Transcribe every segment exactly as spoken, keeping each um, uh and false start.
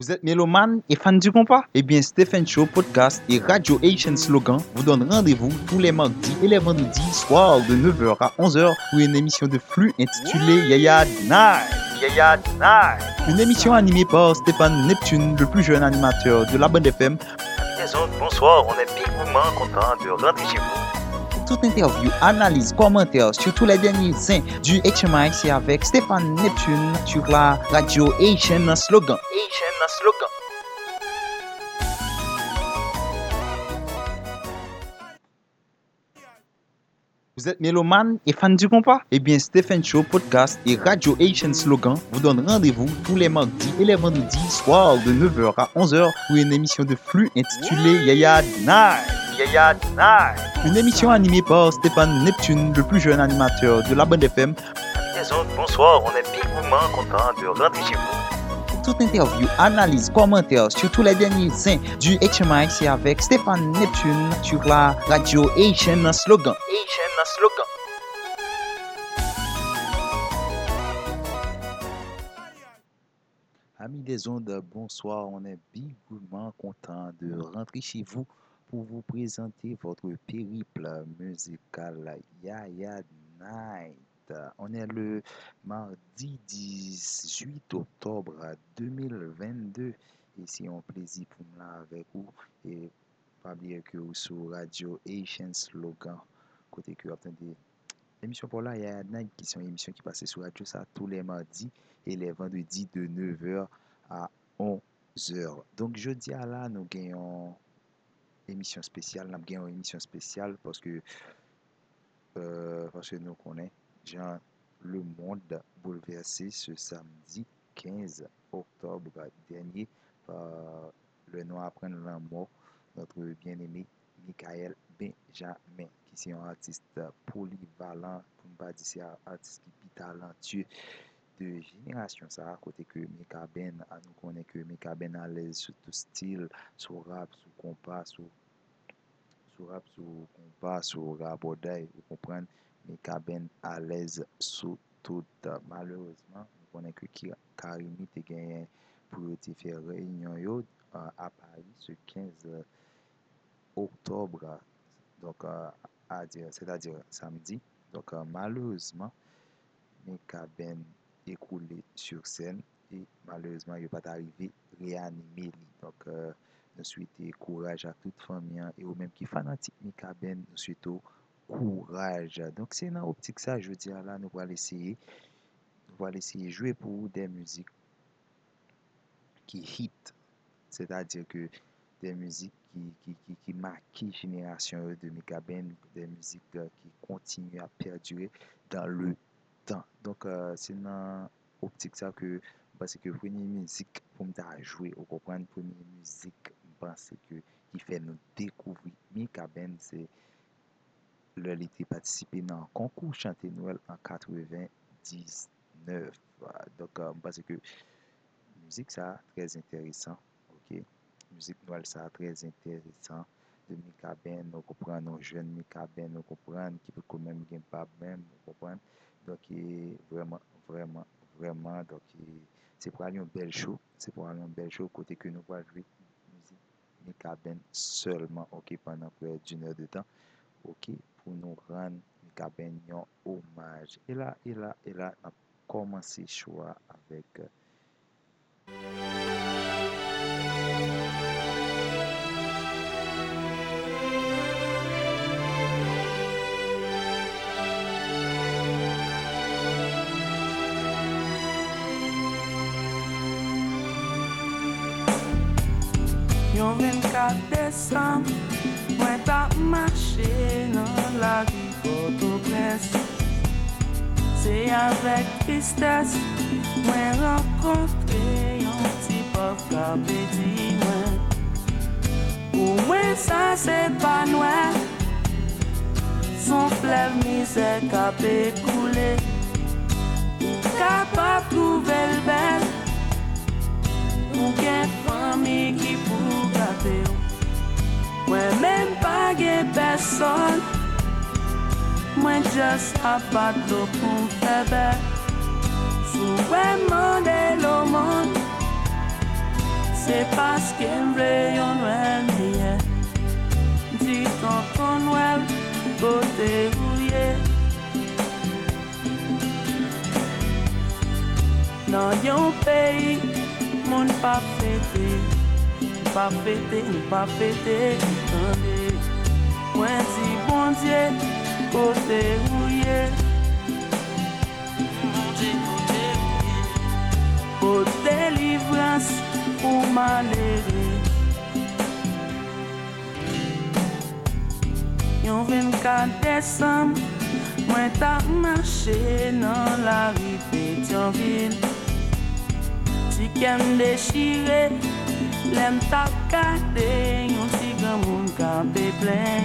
Vous êtes mélomane et fan du compas? Eh bien, Stephen Show Podcast et Radio Haitian Slogan vous donnent rendez-vous tous les mardis et les vendredis soirs de neuf heures à onze heures pour une émission de flux intitulée Yaya Night. Yaya Night. Une émission animée par Stéphane Neptune, le plus jeune animateur de la bande F M. Les autres, bonsoir, on est bigouement content de rentrer chez vous. Toute interview, analyse, commentaires sur tous les derniers saints du H M I, c'est avec Stéphane Neptune sur la radio Haitian Slogan. Haitian Slogan. Vous êtes mélomane et fan du compas? Eh bien, Stephen Show Podcast et Radio Haitian Slogan vous donnent rendez-vous tous les mardis et les vendredis soirs de neuf heures à onze heures pour une émission de flux intitulée Yaya Night. Yaya Night. Une émission animée par Stéphane Neptune, le plus jeune animateur de la bande F M. Les autres, bonsoir, on est bigouement content de rentrer chez vous. Toute interview, analyse, commentaires sur tous les derniers saints du H M I, c'est avec Stéphane Neptune sur la radio Haitian Slogan. Haitian Slogan. Amis des ondes, bonsoir, on est bigoulement content de rentrer chez vous pour vous présenter votre périple musical Yaya Night. On est le mardi dix-huit octobre deux mille vingt-deux et c'est un plaisir pour moi avec vous et pas oublier que vous sur Radio Haitian Slogan côté que vous attendez l'émission pour là Yaya Night qui sont émissions qui passent sur radio ça tous les mardis et les vendredis de neuf heures à onze heures. Donc jeudi à là nous gagnons émission spéciale, nous avons une émission spéciale parce que euh, parce que nous connaissons Jean le monde bouleversé ce samedi quinze octobre dernier par le nom apprendre la mort notre bien-aimé Michael Benjamin qui est un artiste polyvalent pour ne pas dire c'est un artiste qui est talentueux de génération ça à côté que Mika Ben à nous connaît que Mika Ben à l'aise sur tout style sur rap sur compas sur sur rap sur compas sur rap odaï vous comprenez Mika Ben à l'aise sur tout malheureusement nous connaît que Karimi te gagné pour te faire réunion yo à Paris ce quinze octobre donc à dire c'est-à-dire samedi donc malheureusement Mika Ben écoulé sur scène et malheureusement il n'est pas arrivé réanimer donc euh, nous souhaitons courage à toute famille et aux même qui fanatique Mika Ben nous souhaitons courage donc c'est dans optique ça je veux dire là nous allons essayer nous allons essayer jouer pour des musiques qui hit c'est-à-dire que des musiques qui qui qui, qui marquent génération de Mika Ben des musiques euh, qui continuent à perdurer dans le temps. Donc, euh, c'est dans l'optique ça que, parce que première musique pour me jouer, vous comprenez, première musique, je pense que qui fait nous découvrir Mika Ben, c'est le l'été participé dans un concours chanté Noël en quatre-vingt-dix-neuf. Donc, euh, je pense que musique ça très intéressant, ok. Musique Noël ça très intéressant. De Mika Ben, nous comprenons nos jeunes Mika Ben, nous comprenons qui peut quand même gagner pas même, vous comprenez. Donc vraiment vraiment vraiment donc c'est pour aller un bel show c'est pour aller un bel show côté que nous va jouer musique Mika Ben seulement ok pendant près d'une heure de temps ok pour nous rendre Mika Ben un hommage et là et là et là on a commencé choix avec euh, Yon vingt-quatre décembre, moi t'as marché dans la rue Port-au-Prince. C'est avec tristesse, moi rencontré un petit pauvre capétit moi. Pour moi ça c'est pas noir, son fleuve misère capé coulé. Capable trouver le bel, ou qu'un famille qui pour gâter. Ouais, même pas de personne. Moi, just a pas de pour faire. Sous vraiment de l'homme. c'est parce qu'elle voulait yon Noël meilleur. Dis tonton Noël, côté rouillé. Dans yon pays, mon pas fêté, pas fêté, pas fêté, attendez. Moi dis bon Dieu, côté rouillé. Mon Dieu, côté rouillé. Pour délivrance, pour malheureux. Yon vingt-quatre décembre, moi t'as marché dans la rue Pétionville. Si qu'elle déchiré, l'aime t'a gardé, yon si grand monde campé plein.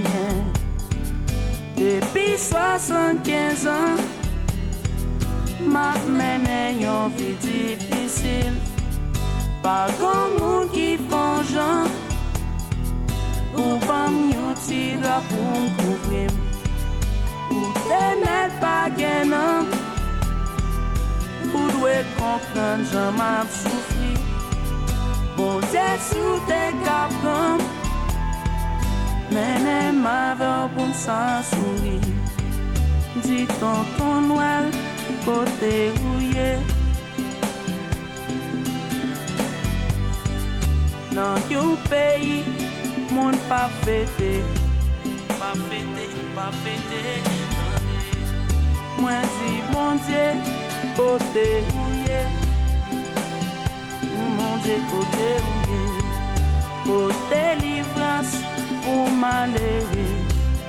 Depuis soixante-quinze ans, m'a mené yon vie difficile. Pas grand monde qui font genre, ou pas mieux ti la pour m'couvrir. Ou t'es net pas gagnant, ou doit comprendre j'en m'a souffri. Bon Dieu sous tes capons, mais ne m'avait pour s'en sourire. Dis tonton Noël, côté rouillé. Dans yon pays, mon pas fêté, pas fêté, pas fêté. Moi dis mon Dieu, côté rouillé. Mon Dieu, côté rouillé. Pour délivrance, pour malheureux.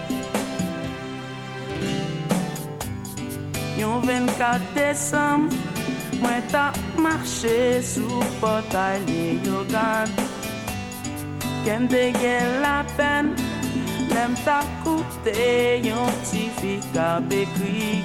Yon vingt-quatre décembre, moi t'as marché sous portail de Yogan. Qu'en dégueule la peine, l'aime t'a coûté, yon petit fille qu'a bécrié.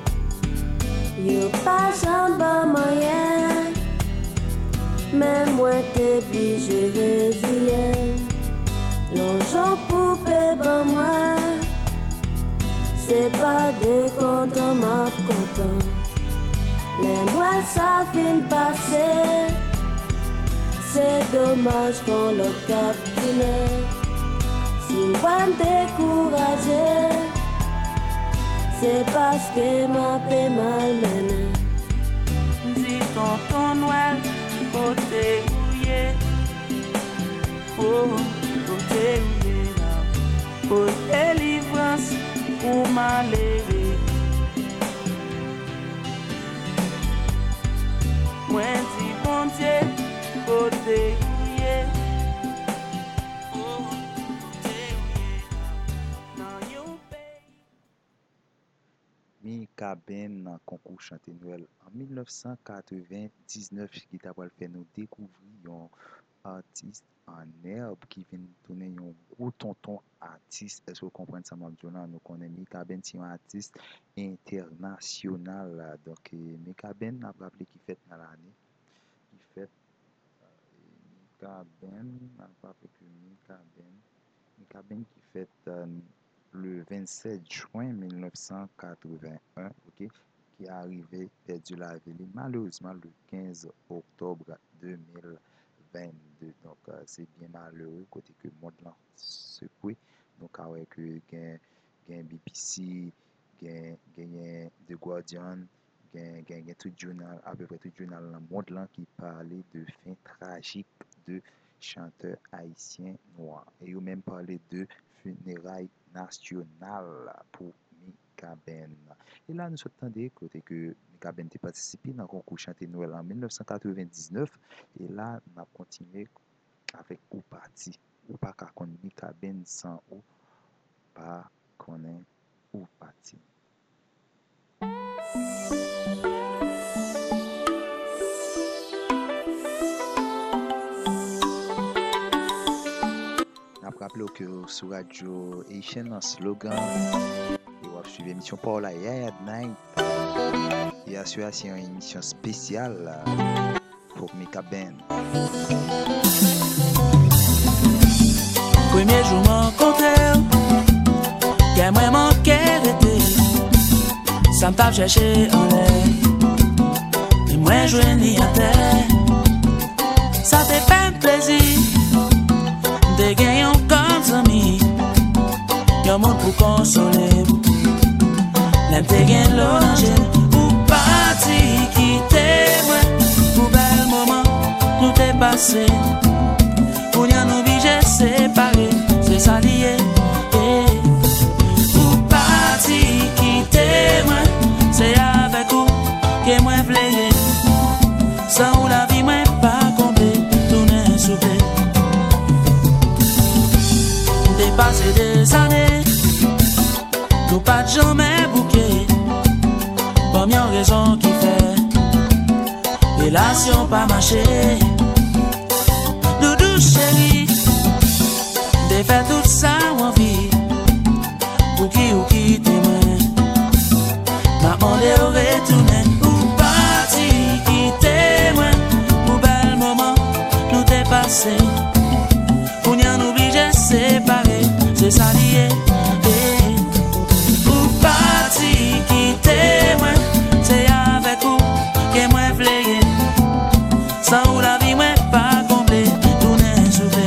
Yo pas jamais moyen, mais moi t'es obligé de dire. L'argent pour payer moi, c'est pas des comptes, ma content. Les mois ça fin passer. C'est dommage qu'on le capine. Si on découragé, c'est parce que m'a fait mal mené. Dis tonton Noël, côté rouillé. Oh, côté rouillé là. Pour délivrance, pour malheureux. Moi dis bon Dieu, côté rouillé. Oh, côté rouillé là. Dans yon pays. Mika Ben dans concours chanter Noël en mille neuf cent quatre-vingt-dix-neuf qui t'a fait nous découvrir un artiste en herbe qui vient tourner un gros tonton artiste. Est-ce que vous comprenez ça, Mme Jonan? Nous connaissons Mika Ben, c'est un artiste international. Donc, Mika Ben a rappelé qui fait dans l'année. Qui fait Mika Ben, n'a pas fait que Mika Ben. Mika Ben qui fait euh, le vingt-sept juin mille neuf cent quatre-vingt-un, ok, qui est arrivé perdu la vie malheureusement le quinze octobre deux mille vingt-deux. Donc euh, c'est bien malheureux côté que le monde là secoué. Donc avec que gain gain B B C, gain gain The Guardian, gain gain tout journal à peu près tout journal dans le monde là qui parlait de fin tragique de chanteur haïtien noir et ou même parler de funérailles nationales pour Mika Ben. Et là, nous attendons côté que Mika Ben a participé dans le concours chanter Noël en mille neuf cent quatre-vingt-dix-neuf. Et là, on a continué avec ou parti. Ou pas qu'à connaître Mika Ben sans ou pas connaître ou parti. Je rappelle que sur Radio Haitian, un slogan, et on va suivre l'émission Paula Yaya Night. Et assurer c'est une émission spéciale pour Mika Ben. Premier jour rencontré, qu'elle m'a manqué d'été. Ça me tape chercher en l'air. Et moi je n'y à terre. Ça fait peine. consoler. L'aime te gen l'angel, ou parti quitter moi. Pour bel moment, nous t'es passé. Pour n'y nous obligé séparer, c'est ça lié. Ou parti quitter moi, c'est avec vous que moi v'leye. Sans ou la vie moi pas comblée, tout n'est soufflé. Dépassé des années, nous pas jamais bouquet. Première raison qui fait relation pas marché. Doudou chéri, de faire tout ça en vie. Pour qui ou qui t'aime, m'a demandé au retourner. Ou parti qui t'aime, pour bel moment nous t'es passé. Pour n'y en obligé séparer, c'est ça lié. Ou parti qui t'aime, c'est avec vous que moi v'leye. Sans ou la vie moi pas comblée, tout n'est soufflé.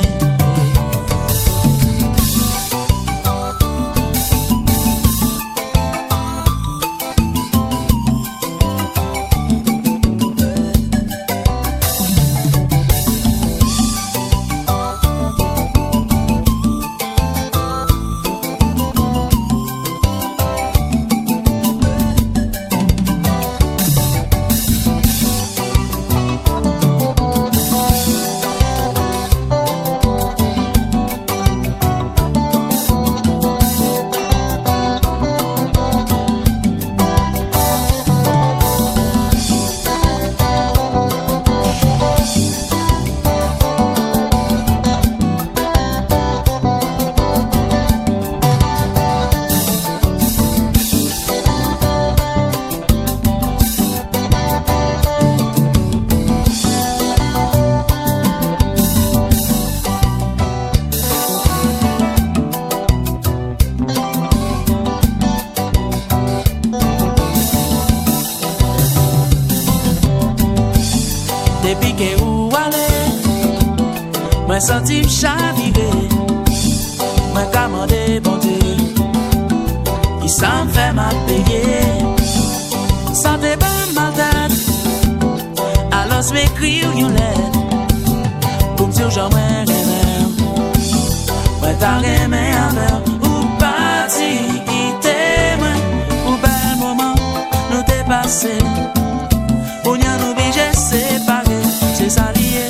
Depuis que où aller, moi senti m'chavirer, moi commandé bon Dieu, il s'en fait m'a payer, ça te bat mal tête, alors je m'écris ou une lettre, pour me dire j'aimerais rêver, moi t'as aimé avec, ou parti quitter moi, ou bel moment nous t'es passé. Pour n'y en obligé séparer, c'est ça lié.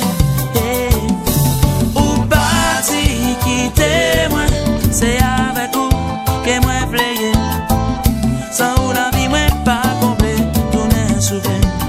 Ou parti quitter moi, c'est avec vous que moi v'leye. Sans ou la vie moi pas comblée, tout n'est soufflé.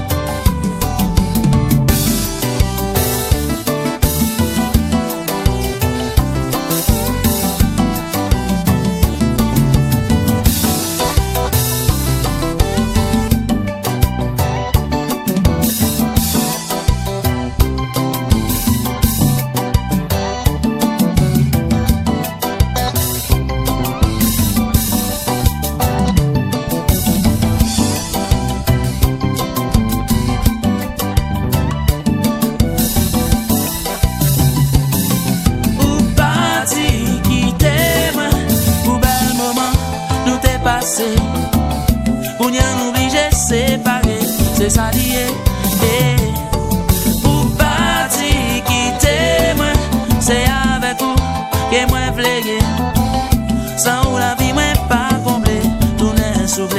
Pour n'y en obligé séparer, c'est ça lié. Pour parti quitter moi, c'est avec vous que moi v'leye. Sans ou la vie moi pas comblée, tout n'est soufflé.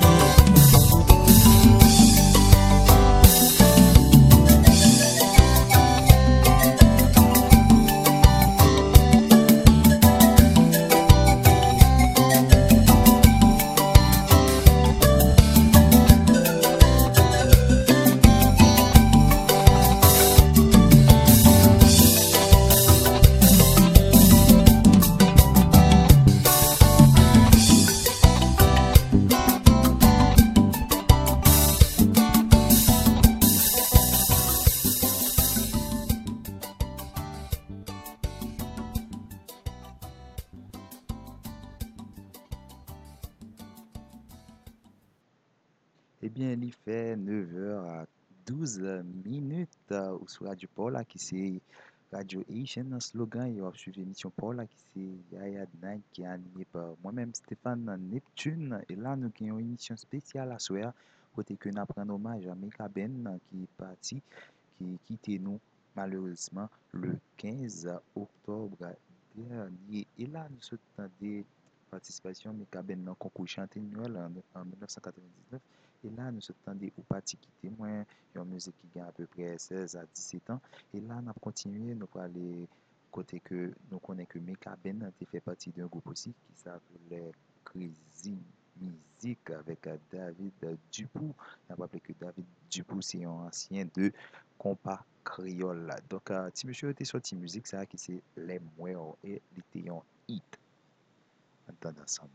Eh bien, il fait neuf heures à douze minutes euh, au soir du Paul, là, qui c'est Radio Haïtienne dans slogan et on suivi l'émission Paul là, qui c'est Yaya Night qui est animé par moi-même Stéphane Neptune et là nous avons une émission spéciale à soir côté que nous apprenons hommage à Meka Ben qui est parti qui quitté nous malheureusement le quinze octobre dernier et là nous souhaitons des participations Meka Ben dans le concours chanté Noël en, en mille neuf cent quatre-vingt-dix-neuf et là nous souhaitons des ou parti quitter moi une musique qui gagne à peu près seize à dix-sept ans et là nous continué nous pour aller côté que nous connaissons que Meka Ben fait partie d'un groupe aussi qui s'appelait Crazy Music avec David Dupou. On va rappeler que David Dupou c'est un ancien de compas créole. Donc euh, si monsieur était sorti musique ça qui c'est les Moueurs et il était un hit. Entendons ensemble.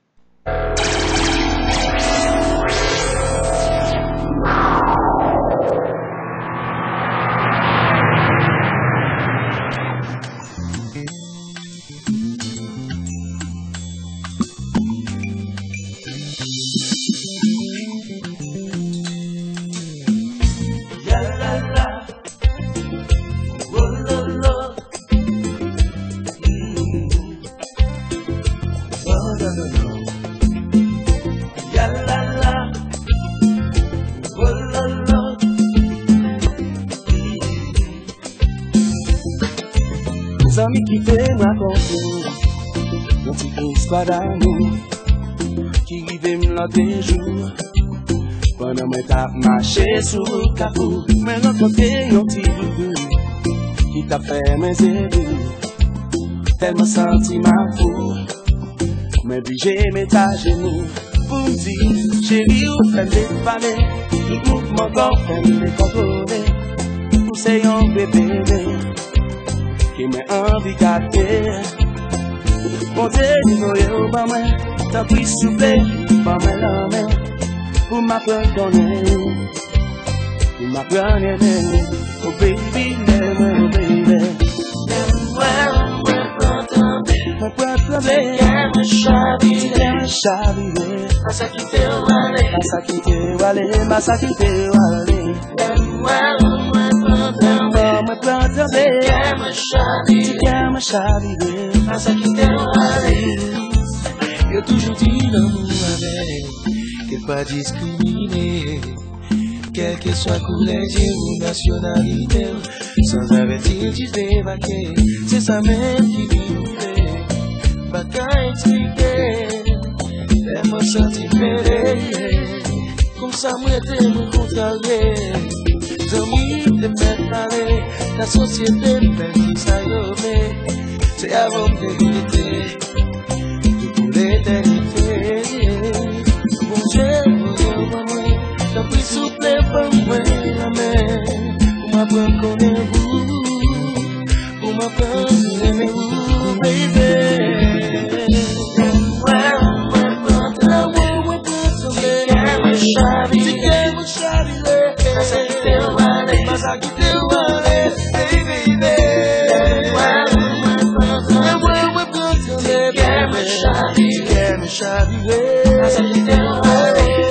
Amis qui fait me raconter une petite histoire d'amour qui rive me l'autre jour pendant moi t'a marché sur le capot mais rencontré un petit boubou qui t'a fait mes yeux tellement senti ma fou mais obligé mettre à genoux pour me dire chérie ou fait des palais tout mouvement corps fait me contrôler pour c'est un bébé qui m'a envie de gâter. Mon Dieu, il au bas moi, t'as pris souffler, pas mal la main, pour m'apprendre connaître, pour m'apprendre aimer. Oh baby, oh baby. Well, we're probably, we're probably, yeah, we're shabby, yeah, shabby, Masakite wale, Masakite wale, Masakite wale. Well, my brother, my chérie, ma chérie, Masakite wale. Yo toujours dit l'amour avec, qu'est pas discriminé, quelle que soit couleur ou nationalité, sans avertir tu fais vaquer, c'est ça même qui vit, pas qu'à expliquer, elle m'a senti fêlé, comme ça moi t'es me contrarié. Amis de me parler, la société me dit ça y c'est avant de l'été, pour l'éternité. Bon Dieu, bon Dieu, bon Dieu, t'as pris souffler pour moi la main, pour m'apprendre qu'on est vous, pour m'apprendre aimer vous, baby. Ouais, ouais, prends ta main, ouais, prends ta main, tu t'aimes, mon chéri, Masakite wale, Masakite wale, baby, baby. Well, we're brothers, yeah, me shabby, yeah, me shabby, Masakite wale.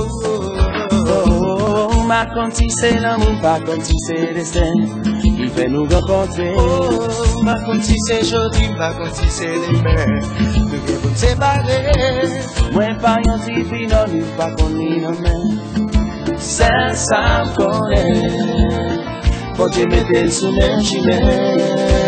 Oh, ma conti c'est l'amour, ma conti c'est le destin, il fait nous rencontrer. Oh, ma conti c'est jodi, ma conti c'est les mers, nous devons nous séparer. Moi pas y'en tipi, non, nous pas qu'on y non mais. C'est ça qu'on est, faut que je mette sous mes gilets.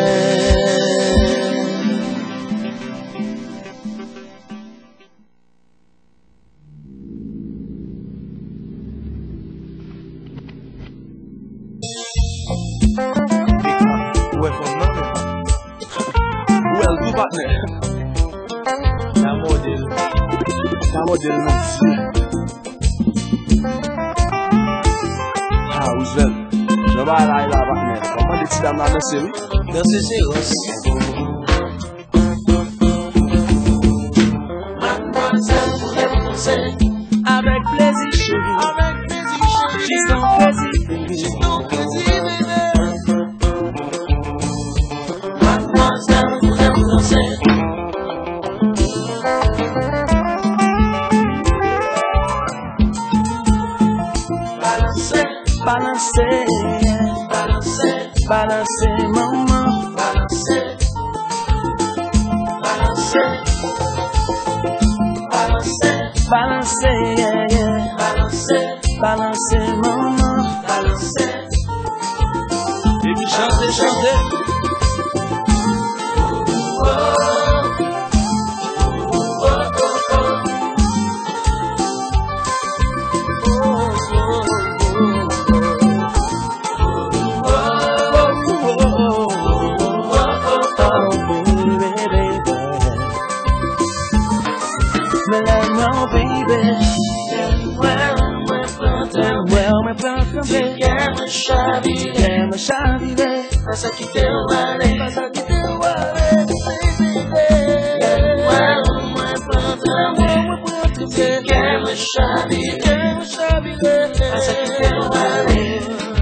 Well, good partner. La modèle, la modèle merci. Well, je vais aller là-bas, comment les dames là danser, oui? Danser, c'est aussi. Mademoiselle, voulez-vous danser? Avec plaisir, chérie. Avec plaisir, chérie. J'ai ton plaisir, baby. J'ai ton plaisir, baby. Mademoiselle, voulez-vous danser? Balancer, balancer, balancer, maman. Balancer, balancer, yeah, yeah. Balancer, balancer, maman. Balancer. Et puis chanter, chanter. Oh, oh, oh, oh. Quer me chavirer, passa que teu vale, passa que teu vale, quer me chavirer, passa que teu vale,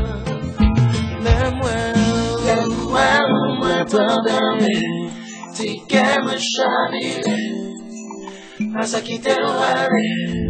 lève-moi, pardonne, si quer me chavirer, passa que teu vale.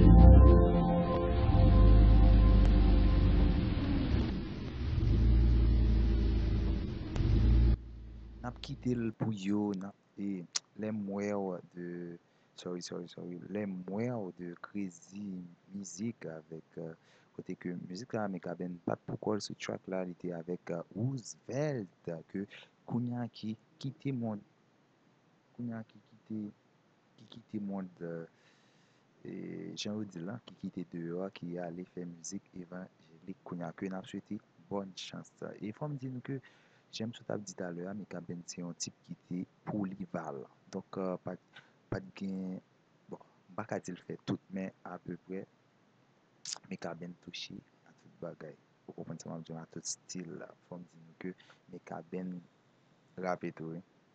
N'a quitté le pouillot, n'a et les moueurs de sorry sorry sorry les moueurs de Crazy Music avec euh, côté que musique là mais quand même pas pourquoi ce track là il était avec euh, Roosevelt que Kounia qui quitté monde Kounia qui quitté qui quitté monde euh, et Jean dit là qui quitté dehors qui allait faire musique évangélique Kounia que n'a souhaité bonne chance et faut me dire que j'aime ce que tu as dit tout à l'heure, mais Kaben c'est un type qui était polyval. Donc, euh, pas, pas de gain. Bon, pas qu'à dire le fait tout, mais à peu près, mais Kaben touché à toute bagaille. Pour comprendre ça, on a tout style. Il faut me dire que mais Kaben rappe tout.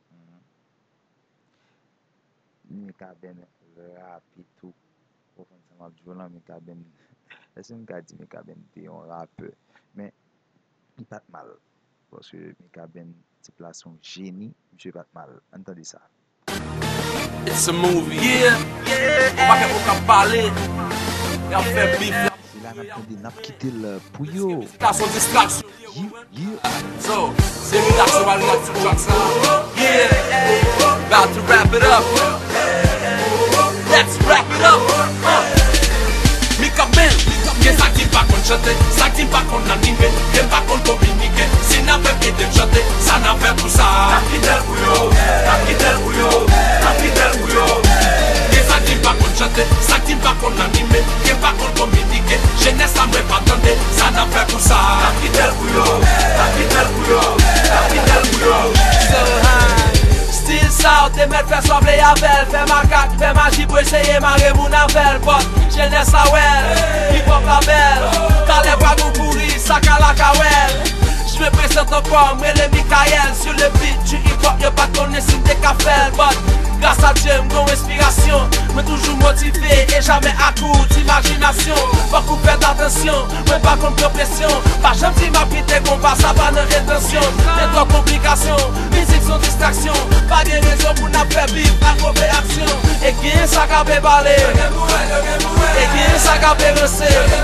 Mais Kaben rappe tout. Pour comprendre ça, on a mais Kaben. Est-ce qu'on a dit mais Kaben était un rappeur? Mais il pas mal. Parce que Mikaben, c'est place son génie, je pas mal. Entendez ça. It's a movie. Yeah, yeah. On va qu'on parler. Et on fait bif. C'est là qu'on a quitté le pouillot. Son distraction. Yeah. So, c'est une distraction va nous faire track ça. Yeah. About to wrap it up. Let's wrap it up. Mikaben. Qu'est-ce qui va qu'on chante, ça qui va qu'on anime, qui va qu'on communique. Si n'a pas été chanté, ça n'a pas tout ça. Capitaine Bouillot, Capitaine Bouillot, Capitaine Bouillot. Qu'est-ce qui va qu'on chante, ça qui va qu'on anime, qui va qu'on communique. Jeunesse ça me pas attendre, ça n'a pas tout ça. Capitaine Bouillot, Capitaine Bouillot, Capitaine Bouillot. So high. Style ça, t'es mettre faire sembler avec, fais ma cac, fais magie pour essayer marrer mon avel, pot, jeunesse à well, hip hop la belle, quand les bras nous pourris, ça qu'à la kawel. Je me présente encore, moi le Michael, sur le beat du hip hop, y'a pas de connaissance des cafés, but grâce à Dieu, mon inspiration, me toujours motivé et jamais à court d'imagination. Pas couper d'attention, mais pas contre pression. Pas jamais si ma pité combat, ça va dans intention. Des trop complications, musique sans distraction. Pas de raison pour n'a faire vivre à mauvais action. Et qui est ça qu'a bébalé? Et qui est ça qu'a bélancé?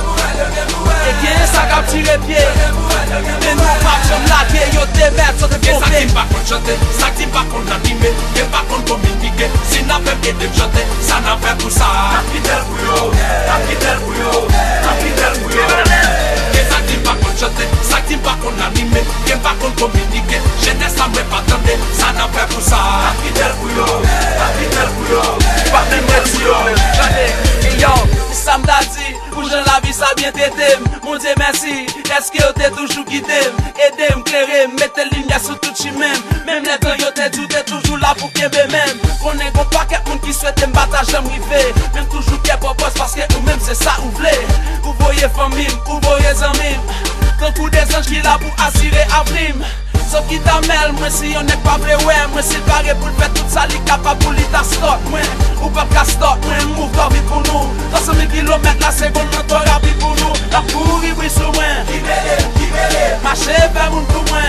Et qui est ça qu'a tiré pied? Mais nous, pas comme la guerre, y'a des mètres sur des pompées. Ça qui pas qu'on chante, ça qui pas qu'on anime, qui pas qu'on communique. Si n'a pas été chanté, ça n'a pas tout ça. Capitaine Bouillot, Capitaine Bouillot, Capitaine Bouillot. Qu'est-ce qui va qu'on chante, ça qui va qu'on anime, qui va qu'on communique. Jeunesse ça me pas attendre, ça n'a pas tout ça. Capitaine Bouillot, Capitaine Bouillot. Pas de merci, yo, ça me l'a dit, pour je la vie ça bien t'aider. Mon Dieu merci, est-ce que t'es toujours guidé? Aidez m'éclairer, mettez lumière sur tout chemin. Même les temps yo t'es tout, t'es toujours là pour qu'il y même. On est bon paquet moun qui souhaite me battre j'aime river. Même toujours qui est propose parce que ou même c'est ça ou vle. Vous voyez famille, vous voyez amis. Tant pour des anges qui là pour assurer à prime. Sauf qui t'amène, moi si on n'est pas vrai, ouais. Moi si paré pour le faire tout ça, li capable pour l'ita stock, moi. Ou pas qu'à stock, moi, move ta vie pour nous. Dans cent mille kilomètres, la seconde, notre rapide pour nous. La pourri, oui, sur moi. Marcher vers moun pour moi.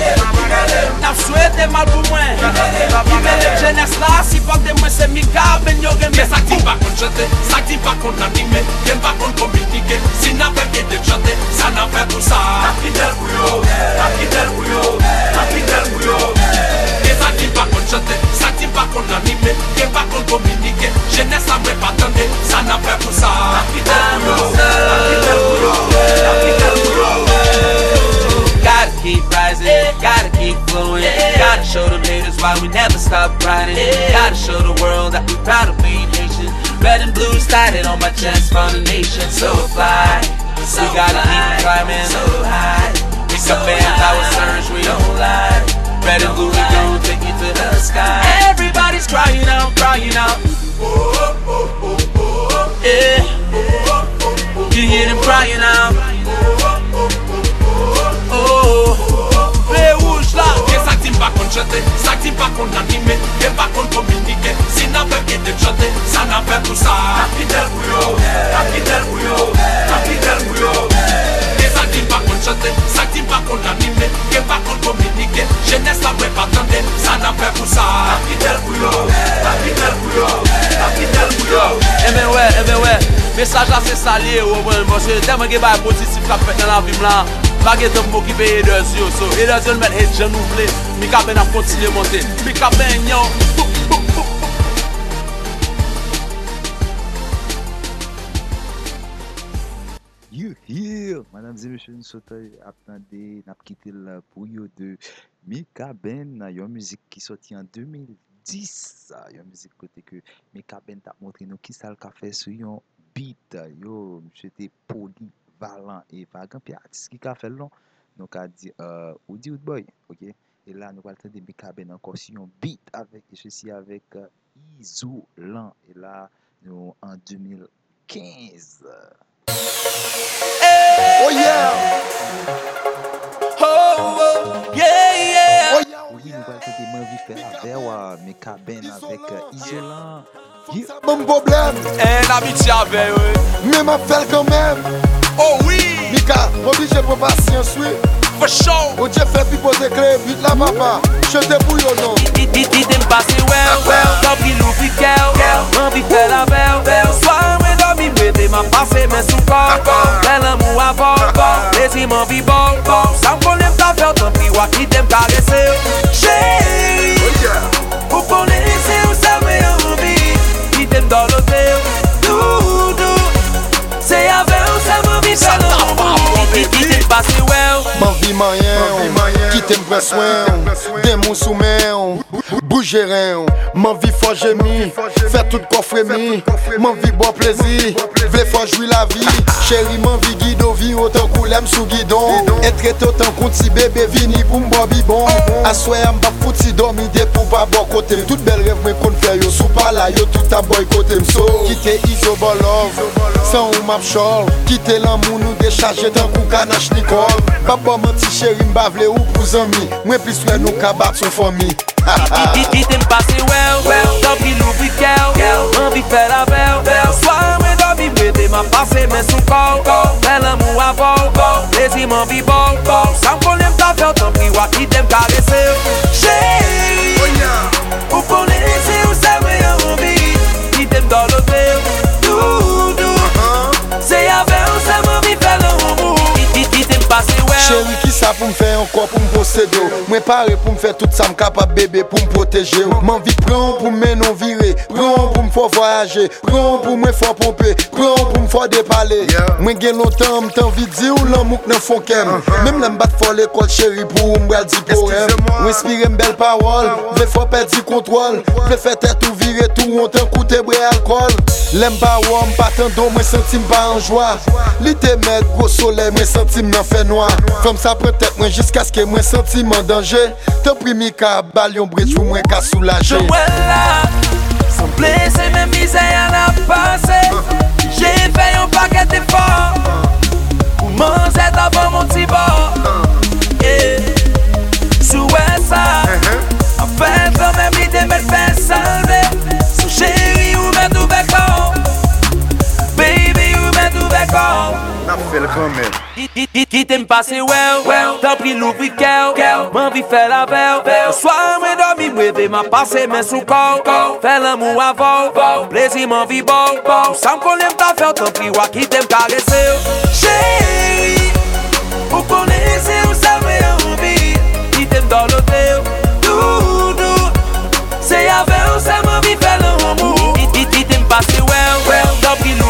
N'a souhaité mal pour moi. Qui jeunesse là, si pas de moi, c'est Mika, ben yo gen. Ça dit pas qu'on chante, ça dit pas qu'on anime, qu'aime pas qu'on communique. Si n'a pas été chanté, ça n'a pas tout ça. Capitaine Bouillot, Capitaine Bouillot. Capitaine Bouillot. Et ça dit pas qu'on chante, ça dit pas qu'on anime, qui n'a fait pour ça. Fidèle pour yo, fidèle pour yo, fidèle pour yo. Gotta keep rising, gotta keep flowing. Gotta show them haters why we never stop riding. Gotta show the world that we proud to be nation. Red and blue started on my chest, found a nation so fly. We gotta keep climbing so high. We can bend our surge, we don't lie. Red and blue, we gon' take you to the sky. Everybody's crying out, crying out. Yeah, you hear them crying out. Oh, les rouges là. Et ça t'im pas qu'on chante, ça t'im pas qu'on anime, et pas qu'on communique. Si n'a pas qu'à te chanter, ça n'a pas tout ça. Fidèle pour yo, fidèle pour yo, fidèle pour yo. Et ça t'im pas qu'on chante, ça t'im pas qu'on anime, et pas qu'on communique. Jeunesse la ouais pas tendre, ça n'a pas tout ça. Fidèle pour yo, fidèle pour yo, fidèle pour yo. Eh ben ouais, eh ben ouais. Message là c'est salé, ouais, parce que tellement que bah positif la fait dans la vie là. Pas que de m'occuper de yeux, so et de yeux mettre head genou blé. Mi ka ben a continuer monter. Mi ka ben yo. You here, mesdames et messieurs, nous sommes attendez, n'a quitté le pour yo de Mika Ben, une musique qui sorti en deux mille dix, une musique côté que Mika Ben t'a montré nous qui ça le fait sur un beat, yo, c'était polyvalent et pas grand pire artiste qui a fait long, donc a dit euh Woody Woodboy, OK? Et là nous allons entendre Mika Ben encore sur un beat avec ceci avec euh, Isolant et là nous en deux mille quinze. Oh yeah! Oh, oh, yeah, yeah. Oh yeah! Oui, nous allons entendre Manvi faire avec Mika Ben avec euh, Isolant. Yeah. C'est mon problème, Eh, l'amitié avec eux. mais m'a fait quand même. Oh oui, Mika, obligé pour patience, oui. for sure. Oh Dieu fait pipo de clé, vite là papa. Je te bouille au nom. Dit them passé well, well. Tant pis l'oubli kel, envie faire la belle, belle. Soir, moi dormi, moi m'a passé mes sous corps. Bel amour avant, les m'en vie bon, bon. Ça me connaît pas faire, tant pis, wa qui t'aime caresser. Chérie, vous connaissez où ça me envie. Qui t'aime dans l'hôtel, doudou. C'est avec où ça m'envie faire l'amour. Dit them passé well. M'envie moyen, qui t'aime prend soin. Des mots sous main, bouger rien. M'envie fort gémir, faire tout quoi frémir. M'envie boire plaisir, v'lait fort jouir la vie. Chérie m'envie guido, vie autant coulem sous guidon. Être autant compte si bébé vini pour m'boire bibon. Assoyer m'ba fout si dormi des pour pas boire côté. Toute belle rêve me qu'on fait yo sous pas là yo tout a boycotté m'so. Quitter iso bolov, sans ou map chol. Quitter l'amour nous décharger tant coup canache Nicole. Papa menti chérie m'ba vle ou pour amis. Moi plus ouais nous ka battre son famille. Dit them passé well, well. Tant pis l'oubli kel, envie faire la belle, belle. Soir, moi dormi, moi m'a passé mes sous corps. Bel amour avant, les m'en vie bon, bon. Ça me connaît pas faire, tant pis, wa qui t'aime caresser. Chérie, vous connaissez où ça me envie. Qui t'aime dans l'hôtel, doudou. C'est avec où ça m'envie faire l'amour. Dit them passé well. Chérie qui ça pour me faire encore pour me posséder. Moi paré pour me faire tout ça me capable bébé pour me protéger. M'envie prend pour me non virer, prend pour me faire voyager, prend pour me faire pomper, prend pour me faire dépaler. Moi gen longtemps m'envie dire ou l'amour nan font kem. Même l'aime battre fort l'école chérie pour me dire poème. Respirer une belle parole, me faut perdre du contrôle. Me faire tête tout virer tout on t'en coûte bré alcool. L'aime pas ou me pas tant d'eau, moi senti pas en joie. Li te met gros soleil, moi senti m'en fait noir. Comme ça prend tête moi jusqu'à ce que moi senti en danger. T'en pris Mika balion bridge pour moi qu'à soulager. Je vois là, sans blesser mes misères à la passé. J'ai fait un paquet d'efforts pour manger avant mon petit bord. Et sous ça, en fait, quand même l'idée me fait salver. So chérie, où m'a tout d'accord? Baby, où m'a tout d'accord? N'a fait le quand même. Qui t'aime passer well, well. T'as pris l'oubli kel, m'envie faire la belle, belle. Soir, moi dormi, moi m'a passé mes sous corps. Faire l'amour avant, plaisir m'envie bon, bon. Ça me connaît pas faire, tant pis, wa qui t'aime caresser. Chérie, vous connaissez où ça me envie. Qui t'aime dans l'hôtel, doudou. C'est avec où ça m'envie faire l'amour. Qui t'aime passer well, well. T'as pris l'oubli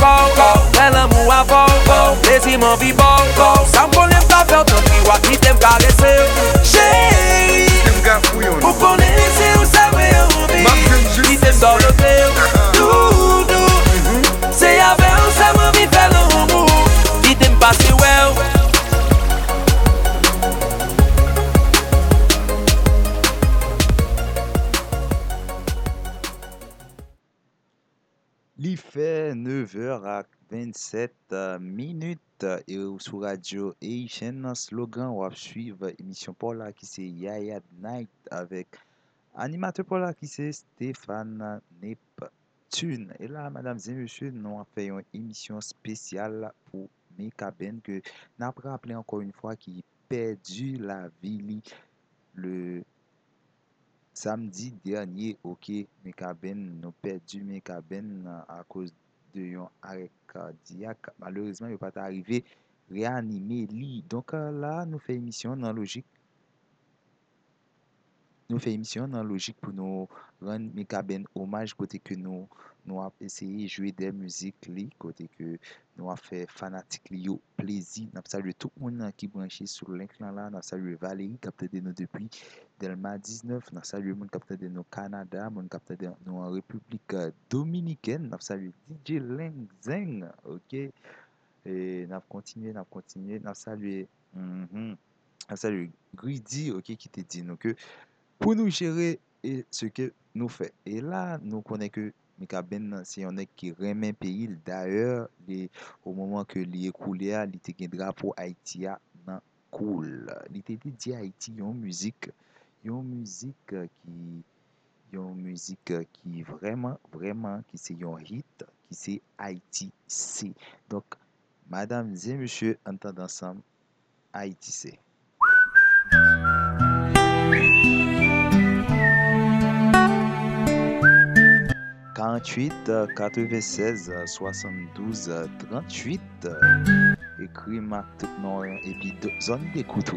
corps, bel amour avant, plaisir m'en vit bon, ça me connaît pas faire ton piwa qui t'aime caresser. Chérie, vous connaissez où ça veut envie, qui t'aime dans le terre, doudou, c'est avec où ça m'en vit faire l'amour, qui t'aime passer well. Il fait neuf heures vingt-sept minutes et sur Radio Haitian Slogan on va suivre émission pour là qui c'est Yaya Night avec animateur pour là qui c'est Stéphane Neptune. Et là, mesdames et messieurs, nous avons fait une émission spéciale pour Mekaben que nous avons rappelé encore une fois qui perdu la vie le samedi dernier. Ok, Mekaben, nous perdu Mekaben à cause de un arrêt cardiaque. Malheureusement, il n'est pas arrivé réanimer lui. Donc là, nous faisons émission dans logique. Nous faisons émission dans logique pour nous rendre Mekaben hommage côté que nous nous avons essayé de jouer des musiques li, côté que nous avons fait fanatique li yo plaisir. Nous avons salué tout le monde qui branché sur link là, nous avons salué Valérie capté de nous depuis Delma dix-neuf, nous avons salué monde capté de nous Canada, monde capté de nous en République dominicaine, nous avons salué D J Leng Zeng, OK. Et nous avons continué, nous avons continué, nous avons salué mm -hmm, nous avons salué Greedy, OK, qui te dit nous que pour nous gérer et ce que nous fait. Et là, nous connaissons que Mekaben, c'est un mec qui remet pays. D'ailleurs, au moment que il écoulé, il était un drapeau Haïti dans cool. Il était dit Haïti, il y a une musique, il y a une musique qui, il y a une musique qui vraiment, vraiment, qui c'est un hit, qui c'est Haïti C. Donc, mesdames et messieurs, entendons ensemble, Haïti C. quarante-huit quatre-vingt-seize soixante-douze trente-huit écrit Marc Technon et puis zone d'écoute.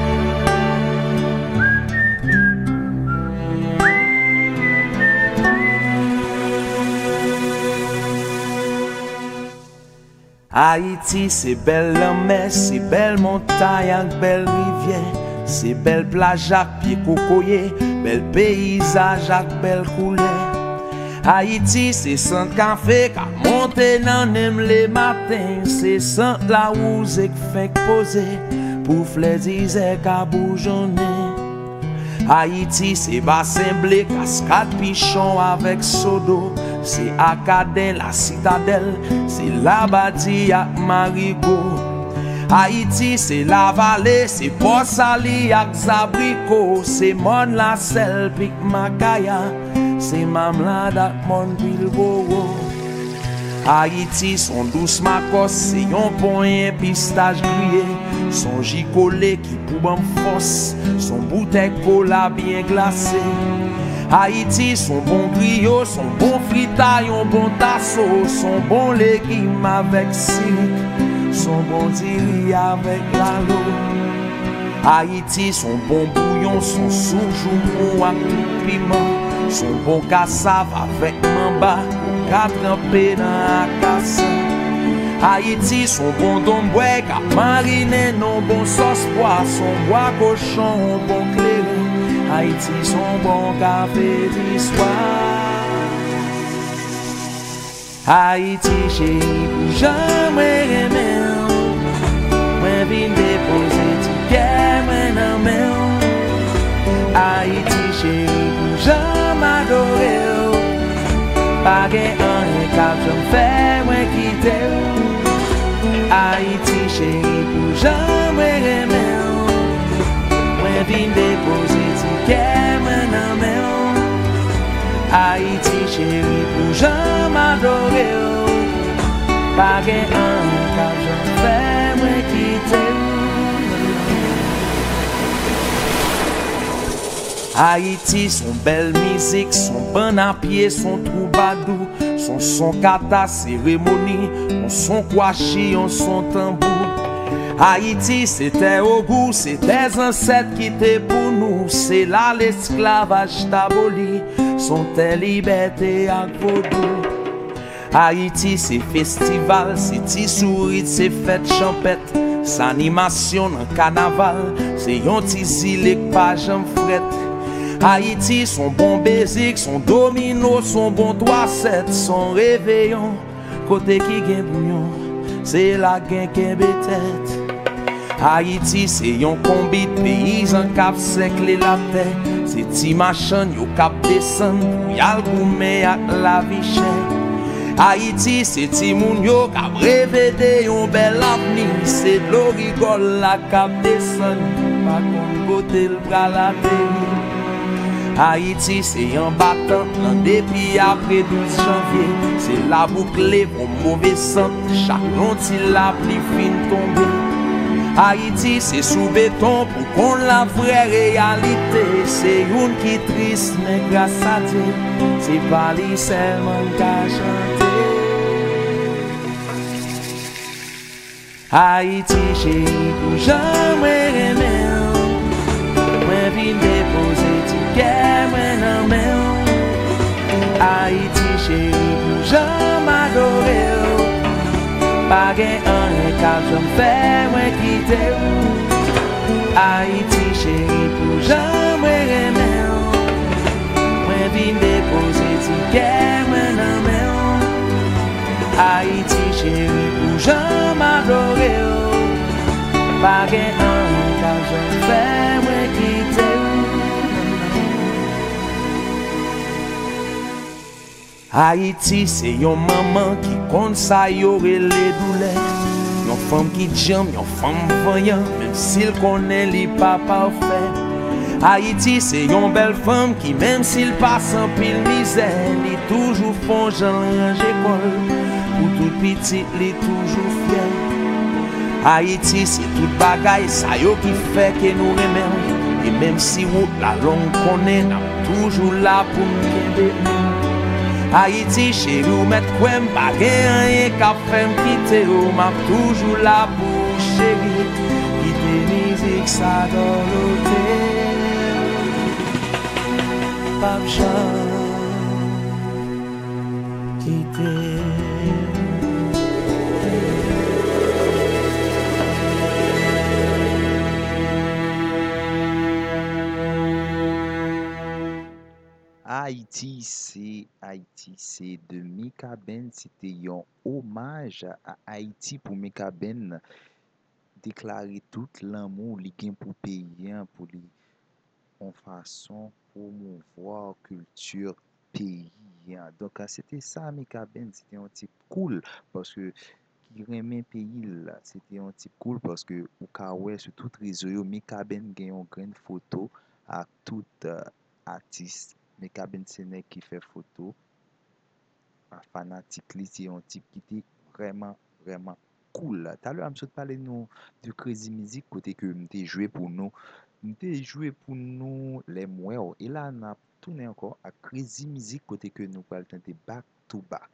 Haïti, c'est belle la mer, c'est belle montagne avec belle rivière, c'est belle plage avec pied cocoyer, belle paysage avec belle couleur. Haïti, c'est sans café qu'a monté dans les matins, c'est sans la rose qui fait poser pour fléziser qu'a bourgeonner. Haïti, c'est bassin blé, cascade pichon avec sodo, c'est Acadien, la citadelle, c'est la bâtie à Marigot. Haïti, c'est la vallée, c'est Port Sali avec Zabrico, c'est Mon la Selle, Pic Macaya, c'est Mamlade avec Mon Bilboro. Haïti, son douce macos, c'est yon point pistache grillé, son gicolé qui pouban force, son bouteille cola bien glacé. Haïti, son bon griot, son bon fritaille, un bon tasso, son bon légume avec siric, son bon diri avec lalo. Haïti, son bon bouillon, son soujou avec tout piment, son bon cassave avec mamba, qu'a trempé dans la casse. Haïti, son bon domboué, qu'a mariné non bon sauce poisson, bois cochon, bon clairin. Haïti, son bon café d'histoire. Haïti, chérie, pour jamais aimer. Moi, vin déposer ticket, moi, nan men. Haïti, chérie, pour jamais adorer. Pas gen un cap, j'en fais, moi, quitter. Haïti, chérie, pour jamais aimer. Moi, vin déposer ticket, moi, nan men. Haïti, chérie, pour jamais adorer. Pas gen un cap, j'en fais, moi, quitter. Haïti, son belle musique, son bon à pied, son troubadour, son son kata cérémonie, on son kouachi, on son tambour. Haïti, c'était au goût, c'est des ancêtres qui étaient pour nous, c'est là l'esclavage t'aboli, son tes liberté à vaudou. Haïti c'est festival, c'est ti souris, c'est fête champette. C'est animation dans carnaval, c'est yon ti zilek pa jam fret. Haïti son bon basic, son domino, son bon trois sept, son réveillon. Côté qui gen bouillon, c'est la gen ken betet. Haïti c'est yon combi de paysan kap sekle la terre. C'est ti machin yo kap descend, yal goumen ak la vie chère. Haïti c'est ti moun yo kap rêve de yon bel avenir. C'est de l'eau rigole la kap descend, pa kon kote l pral atterrir. Haïti c'est yon battant nan depi après douze janvier. C'est la boucle pour mauvais sang, chaque long ti la pli fin tombe. Haïti c'est sous béton pour qu'on la vraie réalité. C'est une qui triste mais grâce à Dieu, c'est pas lui seulement qu'a chanté. Haïti chérie pour jamais aimer, moi vin déposer ticket moi nan main. Haïti chérie pour jamais adorer, pas gen un cap j'me fais moi quitter ou. Haïti chérie pour jamais aimer, moi vin déposer ticket moi nan main. Haïti chérie pour jamais adorer, pas gen un cap j'me fais moi quitter ou. Haïti c'est yon maman qui compte ça y'aurait les douleurs. Yon femme qui jam, yon femme voyant, même s'il connaît li pas parfait. Haïti c'est yon belle femme qui même s'il passe en pile misère, li toujours font Jean range école. Pour tout petit li toujours fier. Haïti c'est tout bagaille ça yo qui fait que nous aimons. Et même si route la longue connaît, n'a toujours là pour nous aider. Haïti chérie ou met kouem pa gen rien ka fèm kite ou m'a toujours là pour chérie. Kite musique ça dans l'hôtel. Pas jamais kite. Haïti, c'est Haïti, c'est de Mika Ben. C'était un hommage à Haïti pour Mika Ben. Déclarer tout l'amour li gen pour pays, pour li en façon promouvoir culture pays. Donc c'était ça Mika Ben, c'était un type cool parce que qui remet pays là, c'était un type cool parce que au cas où sur tout réseau Mika Ben gen une grande photo à tout euh, artiste. Mika Ben Sénègue qui fait photo, un fanatique, c'est un type qui était vraiment, vraiment cool. Tout à l'heure, je me parlé nous de Crazy Music, côté que je joué pour nous. Je joué pour nous les mois. Et là, on a tourné encore à Crazy Music, côté que nous parlons de back to back.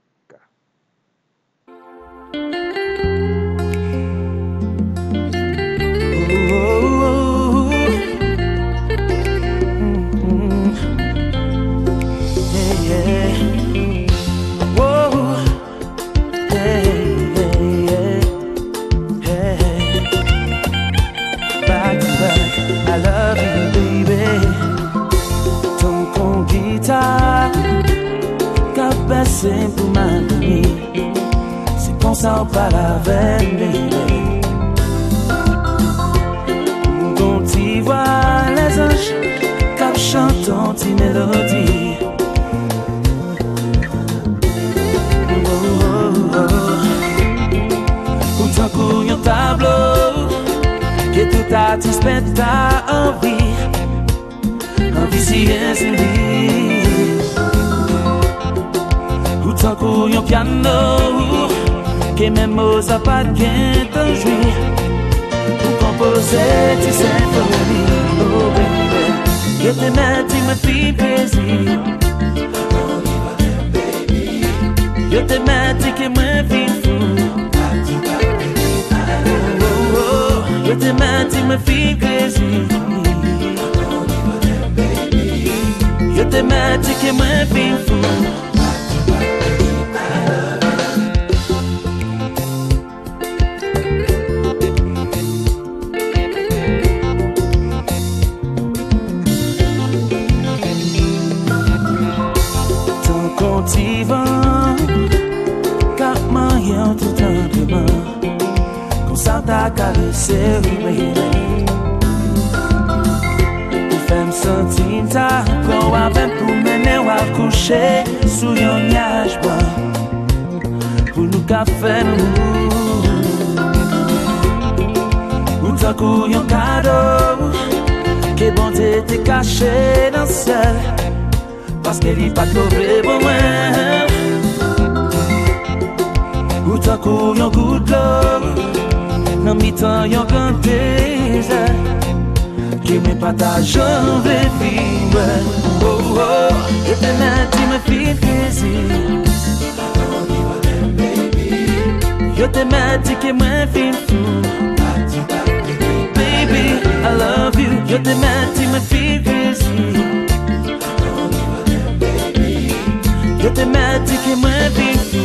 C'est pour ma vie, c'est comme ça on parle avec lui. Quand tu vois les anges qui chantent tes mélodies, oh, oh, oh. Ou tant qu'on y a un tableau que tout artiste pète ta envie, envie si insoumis. Tant qu'on y a un piano, que même Mozart pas de gain de jouir, pour composer tes symphonies, oh baby. Je te mets, tu me fais plaisir. Je te mets, tu que me fais fou. Oh, oh, je te mets, tu me fais plaisir. Je te mets, tu que me fais fou. ta caresser, baby. Fais-me sentir ta quand on va pour mener ou à coucher sous un nuage pour nous café nous. Ou t'as couillé un cadeau que bon Dieu t'es caché dans le ciel parce qu'elle n'est pas tombée pour moi. Ou t'as couillé un coup de l'eau dans mi-temps y'a un désert qui me partage avec vivre. Oh oh, et t'es là, tu me fais plaisir. Yo te m'a dit que moi fais fou. Baby, I love you. Yo te m'a dit me fais plaisir. Yo te m'a dit que moi fais fou.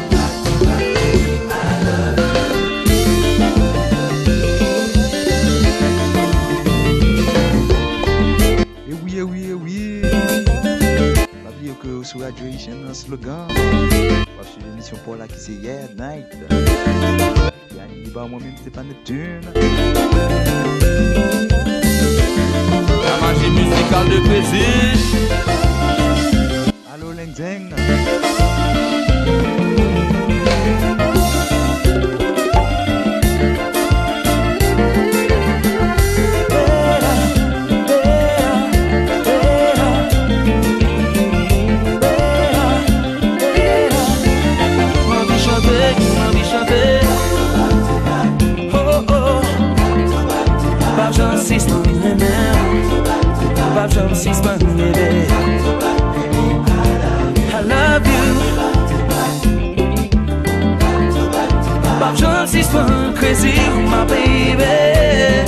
Sur Radio Haïtienne, un slogan. Parce que l'émission pour la qui c'est Yeah Night. Et animé par moi-même, Stéphane Neptune. La magie musicale de plaisir. Allô, Leng Zeng. I love you. Bob Jones is one crazy, my baby.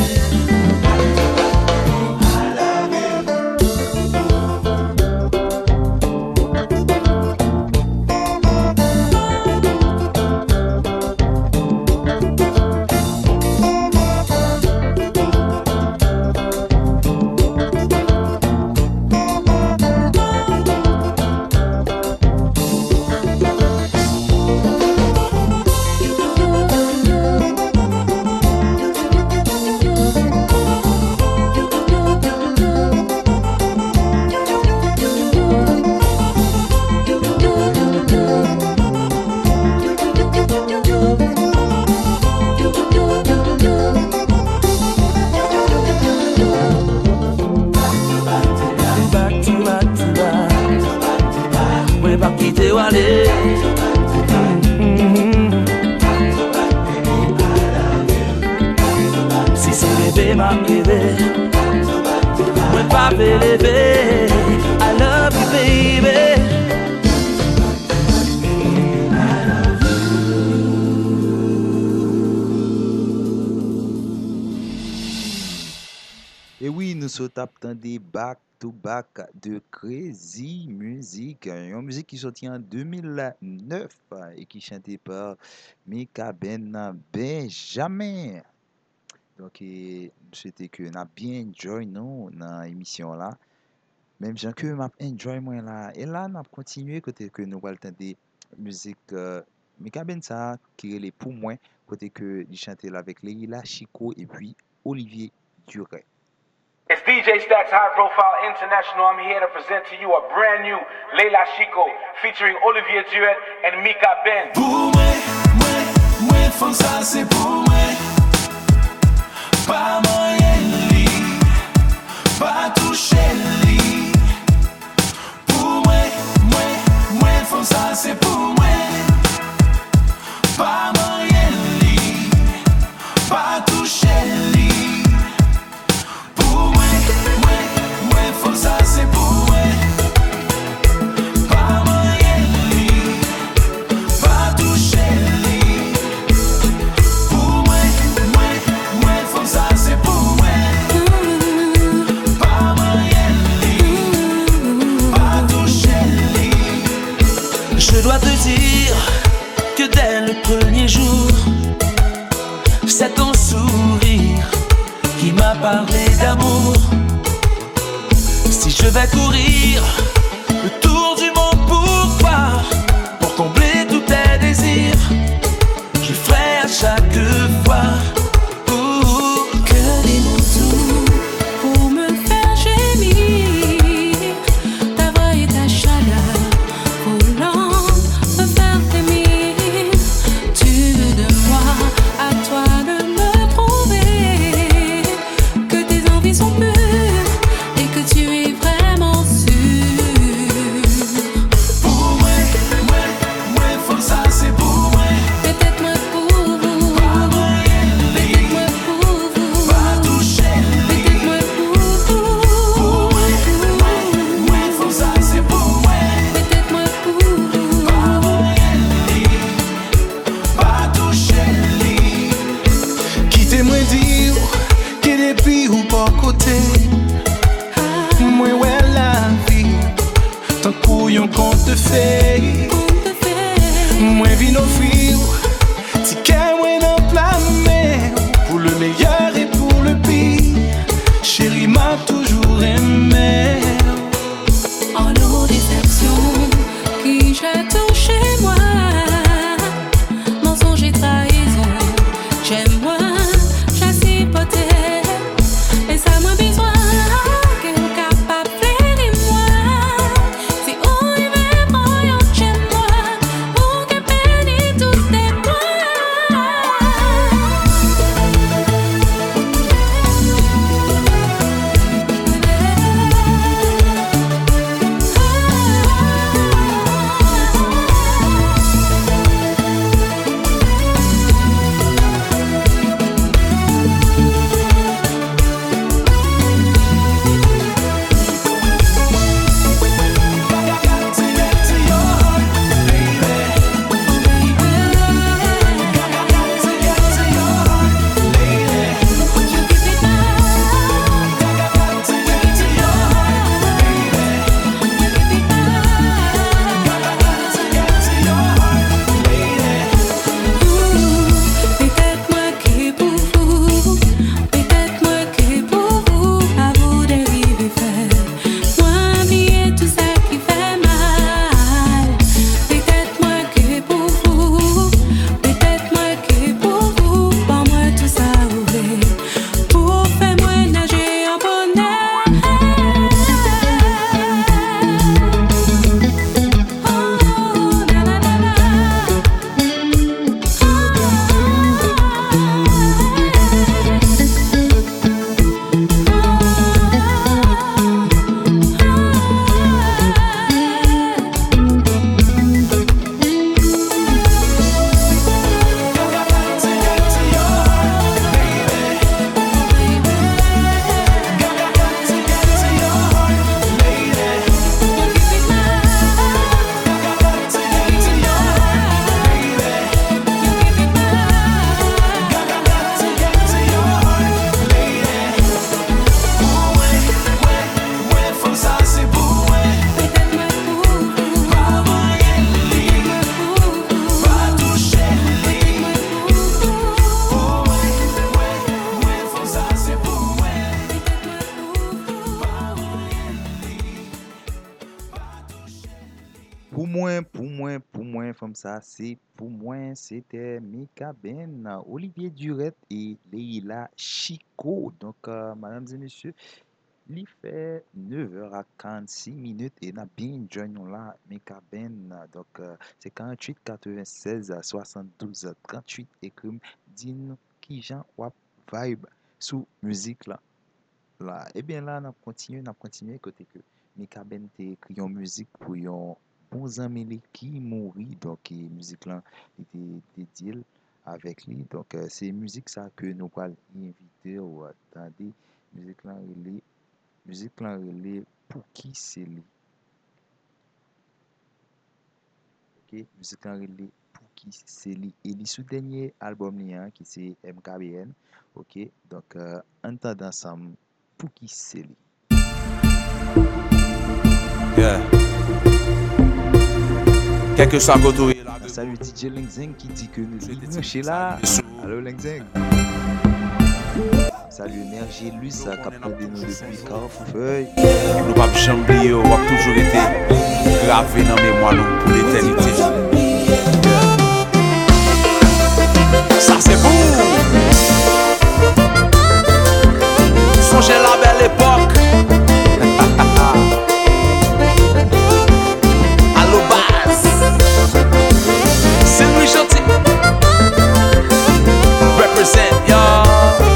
Des back to back de Crazy Music, une musique qui sortit en deux mille neuf et qui chantait par Mika Ben Benjamin. Donc, c'était que nous avons bien enjoy nous dans l'émission là. Même gens que m'a enjoy moi là. Et là, nous avons continué côté que nous allons entendre musique euh, Mika Ben ça qui est les pour moi côté que il chantait avec Leila Chico et puis Olivier Duret. It's D J Stacks High Profile International. I'm here to present to you a brand new Leila Chico featuring Olivier Duret and Mika Ben. Pour moi, moi, moi, font ça c'est pour moi. Pas moyen li, pas toucher li. Pour moi, moi, moi, font ça c'est pour moi. Pas moyen li, pas toucher li. Ça c'est pour moi, pas moyen li, pas toucher li. Pour moi, moi, moi, faut ça c'est pour moi, pas moyen li, pas toucher li. Je dois te dire que dès le premier jour, c'est ton sourire qui m'a parlé d'amour. Si je vais courir le tour du monde pour toi, pour combler tous tes désirs, je ferai à chaque fois moi, pour moi, pour moi, comme ça, c'est pour moi, c'était Mika Ben, Olivier Durette et Leila Chico. Donc, euh, mesdames et messieurs, il fait neuf heures quarante-six minutes et n'a bien joint là, Mika Ben. Donc, euh, c'est quarante-huit quatre-vingt-seize soixante-douze trente-huit et comme din qui Jean wap vibe sous musique là. Là, eh bien là, on a continué, on a continué côté que Mika Ben te écrit une musique pour yon bon zami li qui mourit donc et musique là était dédié avec lui donc euh, c'est musique ça que nous allons inviter ou attendre musique là relé musique là relé pour qui c'est lui ok musique là relé pour qui c'est lui et le sous dernier album li hein, qui c'est M K B N ok donc euh, entendre ensemble pour qui c'est lui. Yeah. Quel que soit côté là. Salut D J Lengzeng qui dit que nous sommes chez là. Allô Lengzeng. Salut Énergie Luce qui a de nous depuis Carrefourfeuille. Nous pas jamais oublier, on a toujours été gravé dans mémoire nous pour l'éternité. Ça c'est bon. Songez la belle époque. Allo Bass. C'est Louis Gentil. Represent y'all.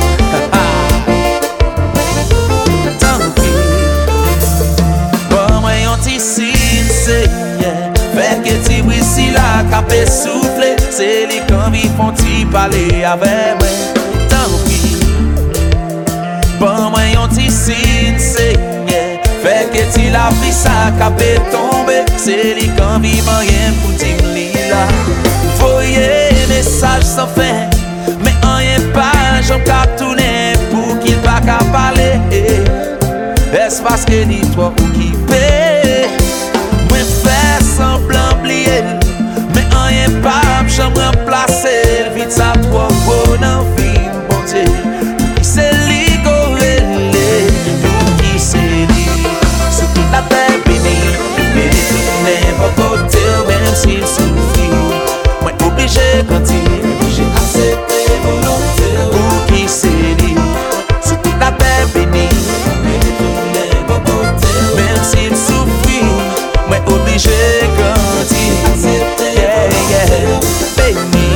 Tant pis. Bon moi yon ti sin se yeah. Fait que ti wisi la capé souffler. C'est les quand vi font ti parler avec moi. Tant pis. Bon moi yon ti sin se yeah. Fait que ti la vie ça capé tomber. C'est les quand vi rien pour ti là. Voyez message sans fin. Mais rien pas j'en cap tourner pour qu'il pas qu'à parler. Est-ce parce que ni toi ou qui paie? Moi fais semblant oublier. Mais rien pas j'en remplacer. Vite ça trop bon en vie bon Dieu. Pour qui c'est li gorélé? Pour qui c'est li? Sur toute la terre bénie. Mais n'importe côté même s'il souffrit. Moi obligé quand il j'ai accepté volonté. Pour qui c'est li? Sur toute la terre bénie. Même s'il souffrit, moi obligé quand il accepté yeah, yeah. Béni.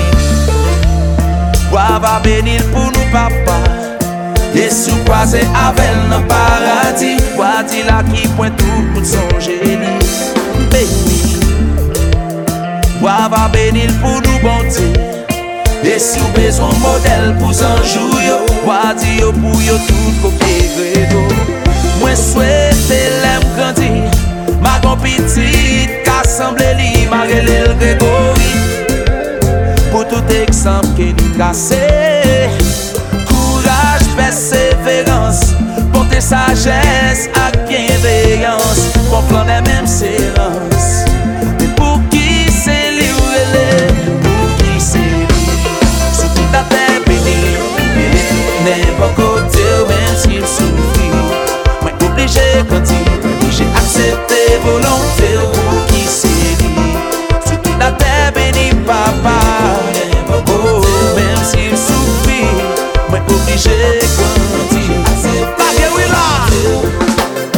Wa va bénir pour nous papa. Et sous croisé avec le paradis. Wa dit là qui pointe tout pour songer li. Béni. Wa va bénir pour nous bonté. Et sous besoin modèle pour un jour yo. Wa dit yo pour yo tout copier grédo. Moi souhaite l'aime grandir. Ma gon petite qu'assemblée li marele le Grégory. Pour tout exemple que nous cassé. Courage, persévérance. Bonté, sagesse, ak bienveillance. Comprendre les mêmes séances. Mais pour qui c'est li ou relé? Pour qui c'est li? Sous toute la terre bénie. N'importe côté même s'il souffrit. Obligé quand il j'ai accepté volonté pour qui c'est lui. Sur toute la terre béni papa. Oh, même s'il souffrit, moi obligé quand il accepté. Bagué oui là.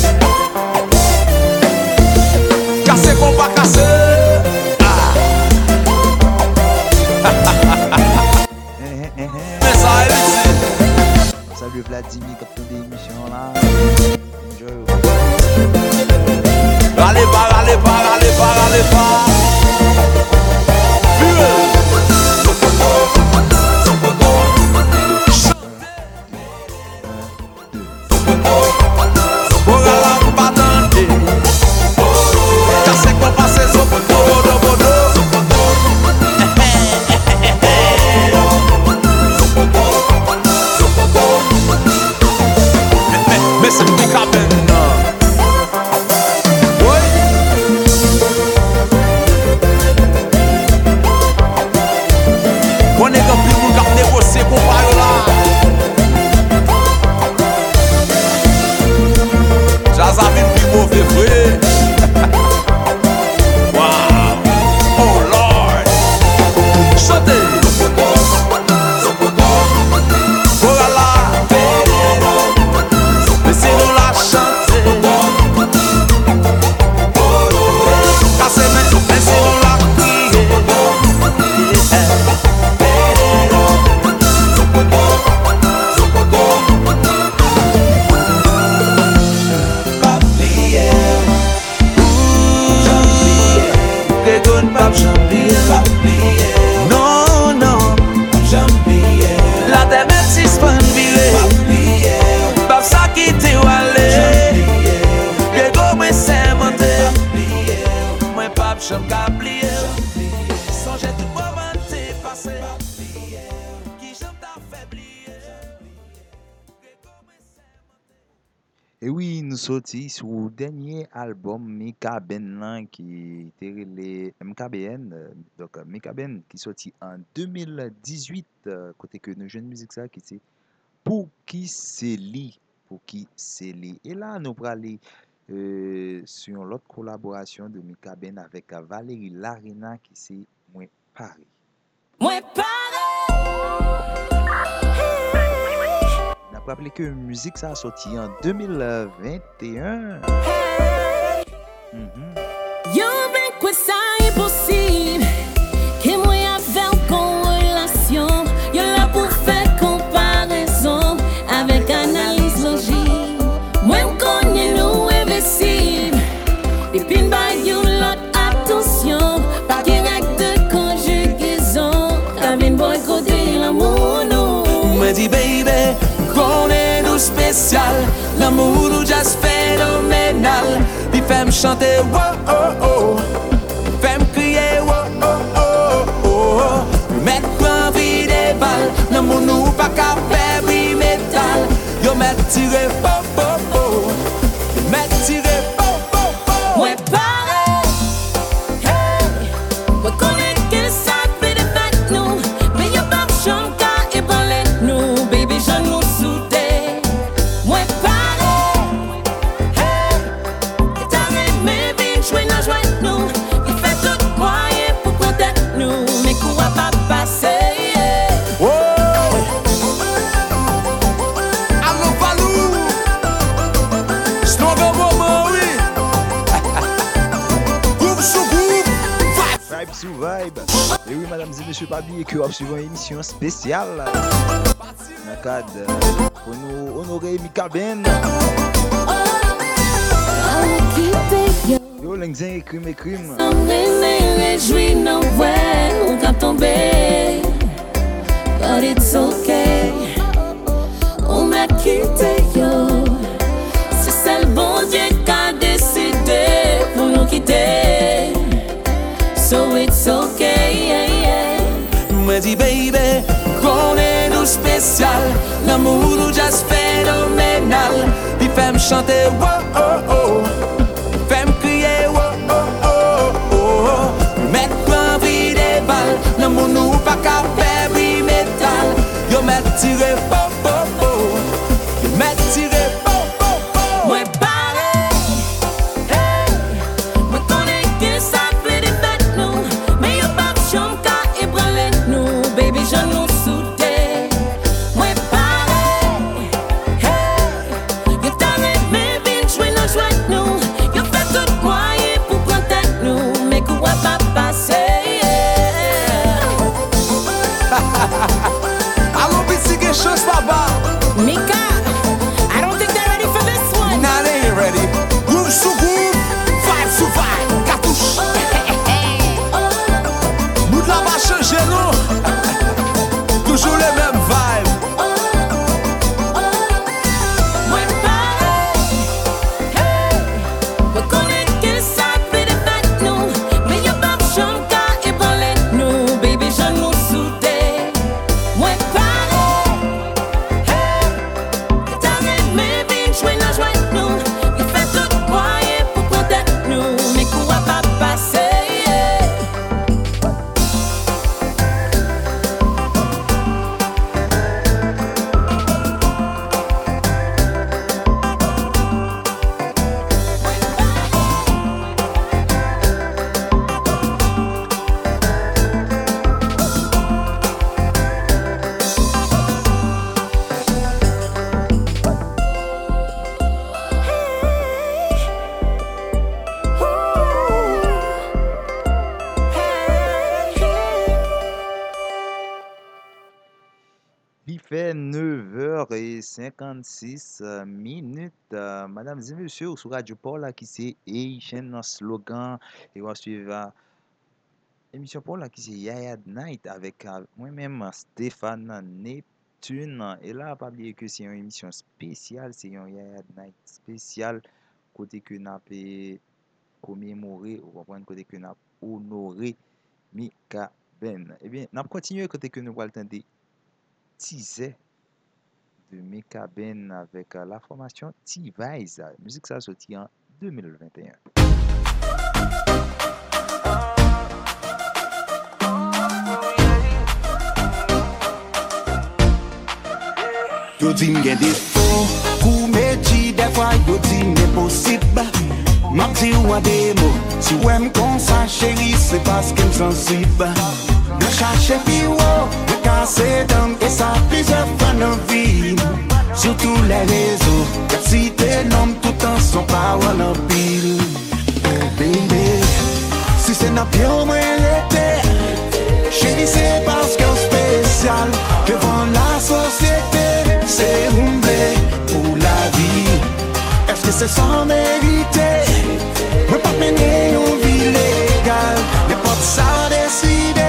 Cassé qu'on pas cassé. Mais ça est ici. Salut Vladimir qui a fait des émissions là. Allez pas, allez pas, allez pas, allez pas. Mais c'est plus qu'à peine. Et oui, nous sortis sur le dernier album Mika Ben là, qui était les M K B N, euh, donc euh, Mika Ben qui sorti en deux mille dix-huit, euh, côté que nous jeunes musique ça qui c'est pour qui c'est lui, pour qui c'est lui. Et là, nous allons aller euh, sur l'autre collaboration de Mika Ben avec euh, Valérie Larina qui c'est Moi Paris. Moi pare, On a rappelé que musique ça a sorti en deux mille vingt et un. Mhm. Yo ven kwe sa imposib Ke mwen avel kon relasyon Yo la pou fè komparaison Avek analis logik Mwen konye nou invesib Depi n'bay yon lot atensyon Pa kirek de konjugaison Kavin boy kote l'amou nou Mwen di baby, konen nou spesyal L'amour nou just fenomenal Pi fèm chante wow oh oh Fèm kriye wow oh oh oh Met pran vide bal L'amour nou pa ka febri metal Yo met tire po po po Yo met tire po po po Mwen pare, hey, mwen konen ke sa fè de fèt nou Men yo pa chan ka e branle nou Baby jan nou soude Mwen pare, hey, e ta reme vin chwe nan jwet nou Yo fè tout mwaye pou kontek nou Men kou a pa pase, yeah. Oh Allo Valou Snowbell moment oui Groove sous groove Vibe Vibe sous vibe. Et oui, mesdames et messieurs, pas oublier que vous suivez une émission spéciale dans le cadre euh, pour nous honorer Mika Ben. I'll keep it Yo, l'engin écrime, écrime. Réjoui nan wè, ou ka tombe But it's okay Ou m'a kite yo Se sel bon Dieu ka deside Pou nou kite So it's okay, yeah, yeah. Mwen di baby, konen nou spesyal L'amour nou just fenomenal Pi fèm chante wow oh oh Fèm kriye wow oh oh oh Met pran vide bal L'amour nou pa ka febri metal Yo met tire po po po Yo met tire po po po Mwen pare, hey, mwen konen ke sa fè de fèt nou Men yo pa chan ka e branle nou Baby jan nou soude Mwen pare, hey, yo ta reme vin chwe nan jwet nou Yo fè tout mwaye pou kontek nou Men kou a pa pase, yeah. Allo bitsi gen chans baba Mika, I don't think they're ready for this one Nah, they ain't ready Groove sous groove Vibe sous vibe Cartouche Mood la va changer non Toujours les mêmes vibes Mwen pare, hey, mwen konen ke sa fè de fèt nou Men yo pa chan ka e branle nou Baby jan nou soude Mwen pare, hey, e ta reme vin chwe nan jwet nou Yo fè tout mwaye pou kontek nou Men kou a pa pase, yeah. Il fait neuf heures cinquante-six minutes. Euh, mesdames et messieurs, sur Radio Paul, là, qui c'est Haitian slogan. Et on va suivre euh, l'émission Paul, là, qui c'est Yaya Night avec euh, moi-même Stéphane Neptune. Et là, pas oublier que c'est une émission spéciale. C'est un Yaya Night spécial. Côté que n'a pas commémoré, ou comprendre côté que n'a honoré Mika Ben. Eh bien, n'a continué côté que nous allons tenter teaser de Mika Ben avec euh, la formation T-Vise. La musique ça a sorti en deux mille vingt et un. Yo di m gen defo, kou meji defwa yo di n'imposib. M'ap di ou an demo, si ou m kon sa chéri, se paske m sensib. Mwen chache pi wo, mwen kase dan, e sa plize fwa nan vi. Surtout les réseaux, car si tes noms tout en son power nan pile. Oh baby, si c'est nan pied ou mwen rete, chéri c'est parce qu'un spécial devant la société. C'est rumblé pour la vie. Est-ce que c'est sans mériter? Moi pas mener une vie légale, mais pas de ça décider.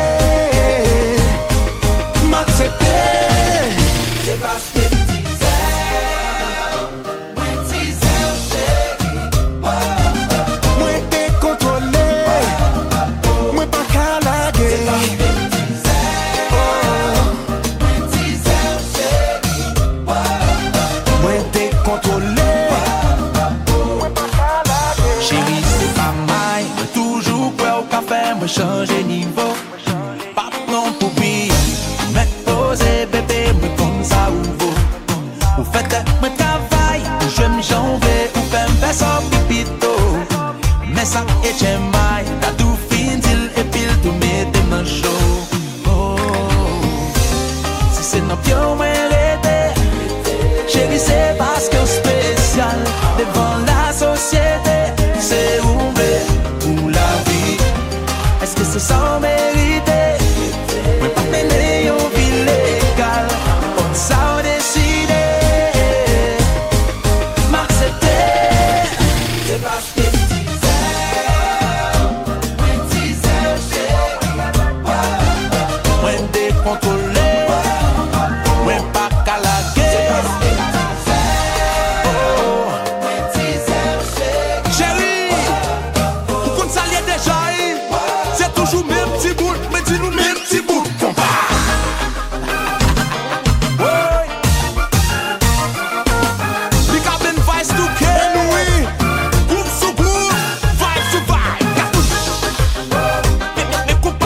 M'accepter, c'est parce que changer niveau, pas non pour pire, mais poser bébé, moi comme ça ou vaut. Ou faites mon travail, je me j'en vais, ou fait me faire ça pipito. Mais ça est chez moi, t'as tout fini et puis tout mettre dans chaud. Oh, si c'est nos pieds, on m'arrête. Chérie, c'est parce que spécial devant la société, c'est ouvert pour la vie. Est-ce que c'est sans mériter? Mais pas mener une vie légale, on s'en décider. M'accepter, c'est parce que moins décontrôlé, moins pas calagué. Chérie, vous comptez ça lié déjà? Toujours même petit bout, mais dis-nous même petit bout. Ouais. Mika Ben Vice to K. Oui. Groupe sous groupe, vibe sous vibe. Cartouche. Mais coupe.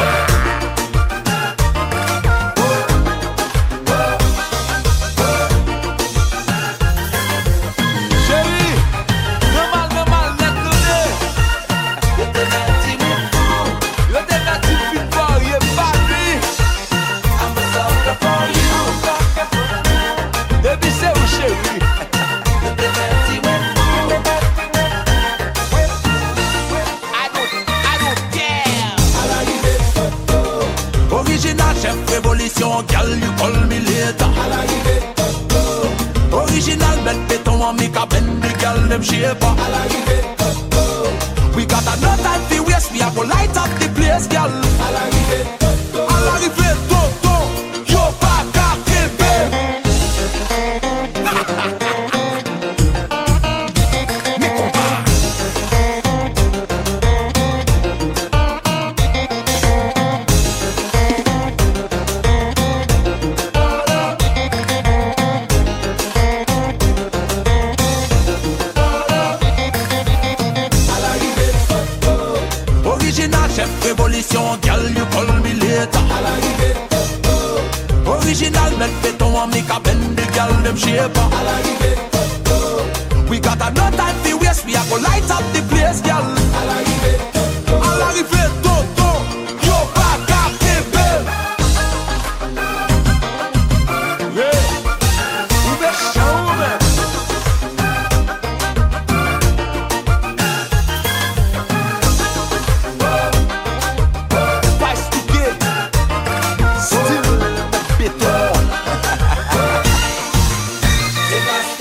Chérie, normal, normal, net le nez. Yo te mets petit bout. Yo te mets petit fit for you, baby. I'm a sucker for you. Baby, c'est où chérie? Yo te mets petit bout. I don't, I don't care. À l'arrivée photo. Original chef révolution, girl, you call me later. À l'arrivée photo. Original bête béton, en Mika Ben, the girl, them shape. À l'arrivée photo. We got a no time for waste, we are go light up the place, girl. À l'arrivée, toto. À l'arrivée, toto. Yo pas qu'à Québec. Mais compas. Original chef révolution, girl, you call me later. À l'arrivée, toto. Original mec béton, en Mika Ben, the girl, them shape. À l'arrivée, toto. We got a no time for waste, we are go light up the place, girl. À l'arrivée, toto. À l'arrivée, toto. Yo pas qu'à Québec. Yeah. Ou méchant, man. Still béton. C'est parce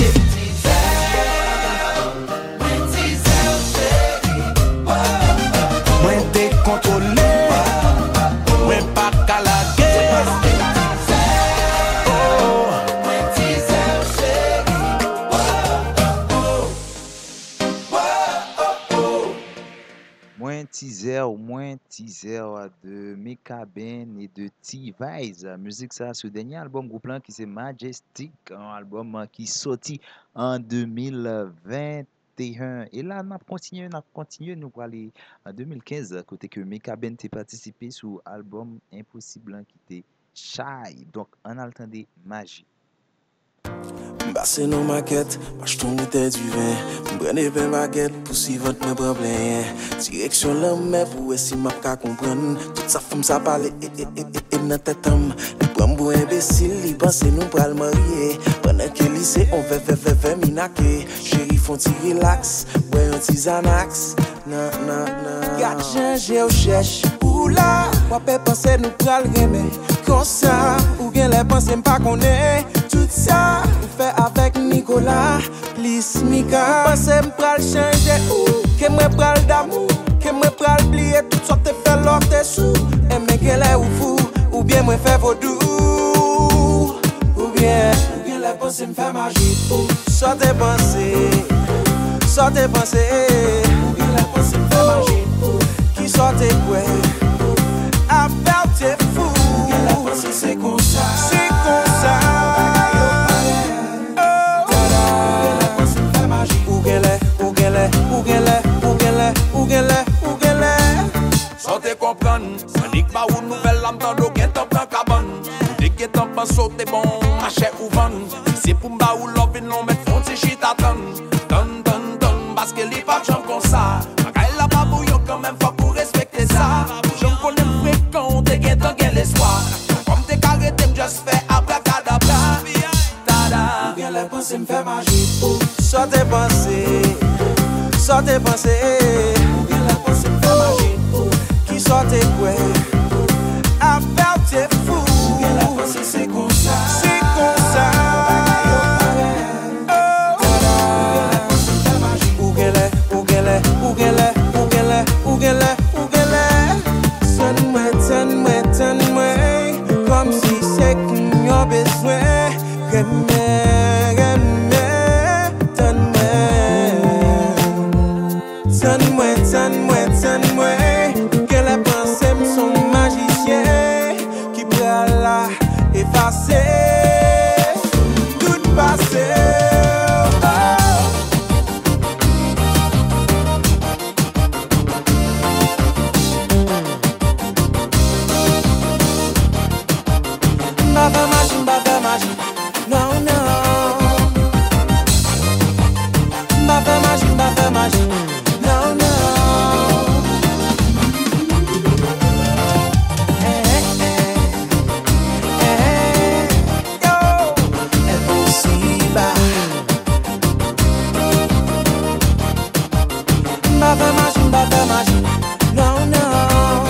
teaser, au moins teaser de Mekaben et de T-Vise. Musique ça, ce dernier album groupe là qui c'est Majestic, un album qui sorti en deux mille vingt et un. Et là, on a continué, on a continué, nous pour aller en deux mille quinze, côté que Mekaben t'est participé sur album Impossible hein, qui était Shy. Donc, on a le temps de magie. M'passe nos maquettes, m'achète une bouteille du vin. M'prenne vingt baguettes pour si votre me prend plein. Direction l'homme pour si m'a ka comprendre. Toute sa femme ça parle et et et et dans tête homme. Le prend pour imbécile, il pense nous pral marier. Pendant que lycée on fait fait fait fait minaké. Chéri font ti relax, boy un ti Xanax. Non non non. Gat changer ou cherche ou là, moi peut penser nous pral remet. Comme ça, ou bien les pensées m'pas connaît. Tout ça, on fait avec Nicolas, please Mika. Pensez m'pral changer ou, que moi pral d'amour, que moi pral plier tout ça te fait l'autre t'es sous. Et mais qu'elle est ou fou, ou bien moi fait vaudou. Ou bien, ou bien les pensées m'fait magie ou. Ça t'es pensé, ça t'es pensé. Ou bien les pensées m'fait magie ou. Qui ça t'es quoi? About t'es fou. C'est comme ça, c'est comme ça. Où qu'elle est, où qu'elle est, où qu'elle est, où qu'elle est, où qu'elle est, où qu'elle est. Sans te comprendre, Sonic ba ou nouvelle lame dans l'eau, qu'est-ce que cabane. Dès que t'en penses sauter bon, marcher ou vendre. Si c'est pour m'ba ou love, ils l'ont mettre fond, c'est shit à tonne. Donne, donne, donne, parce que les papes j'aime comme ça. Magaï la babouillon quand même, faut pour respecter ça. J'aime qu'on aime fréquent, t'es gain, t'en l'espoir. Just fais abracadabra, tada. Ou bien les pensées m'fait magie ou. Ça t'es pensé, ça t'es pensé. Ou bien les pensées m'fait magie ou. Qui ça t'es quoi? About t'es fou. Ou bien les pensées c'est comme ça, c'est comme ça. Où qu'elle est, où qu'elle est, où qu'elle est, où qu'elle est, où qu'elle est, où qu'elle est. Sonne-moi, sonne-moi, sonne-moi. Comme si c'est qu'on a besoin. Remets, remets, donne-moi. Donne-moi, donne-moi, donne-moi. Que les pensées me sont magiciens qui prennent là effacer tout passé. Baba magie, baba magie, non non. Baba magie, baba magie, non non. Eh eh eh yo, impossible. Baba magie, baba magie, non non.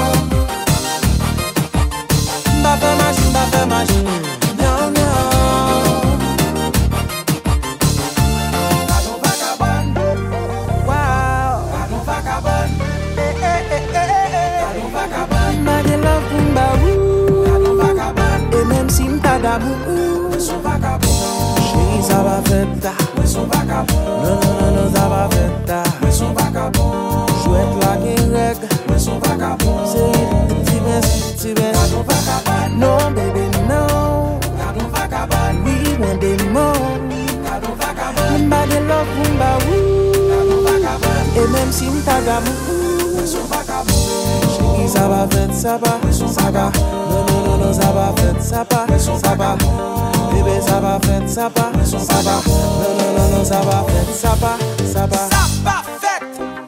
Baba magie, baba magie. No, no. Gado vagabond. Wow. Gado vagabond. Eh, eh, eh, eh, eh. Gado vagabond. Made love kumba woo. Gado vagabond. Et même si m'pas d'amour. Mais son vagabond. Chérie, ça va faire ta. Mais son vagabond. Non, non, non, non, ça va faire ta. Mais son vagabond. Chouette la guérec. Mais son vagabond. C'est une petite baisse, petite baisse. Gado vagabond. Non, baby, non. Oui, when they more. M'ba de love, m'ba wou. Et même si m'ta d'amour. Chérie, ça va faire, ça va, ça va. Non, non, non, non, ça va faire, ça va, ça va. Bébé, ça va faire, ça va, ça va. Non, non, non, non, ça va faire, ça va, ça va. Ça va faire.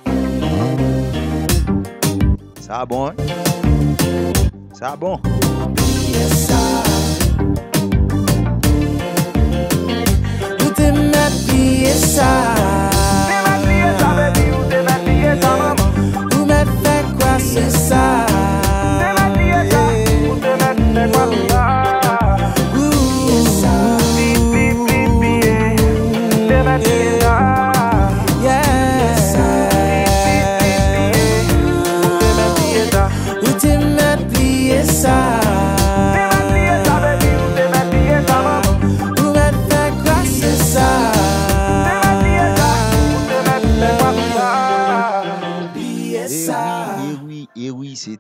Ça a bon, hein? Ça a bon. Yes, ça. Te m'a plié ça. Te m'a plié ça, baby, ou te m'a plié ça, maman. Ou m'a fait quoi, c'est ça. Te m'a plié ça, ou te m'a fait quoi, c'est ça. Ouh, ça. Pi, pi, pi, pi, te m'a plié ça. Yeah, ça. Pi, pi, pi, pi, ou te m'a plié ça. Ou te m'a plié ça.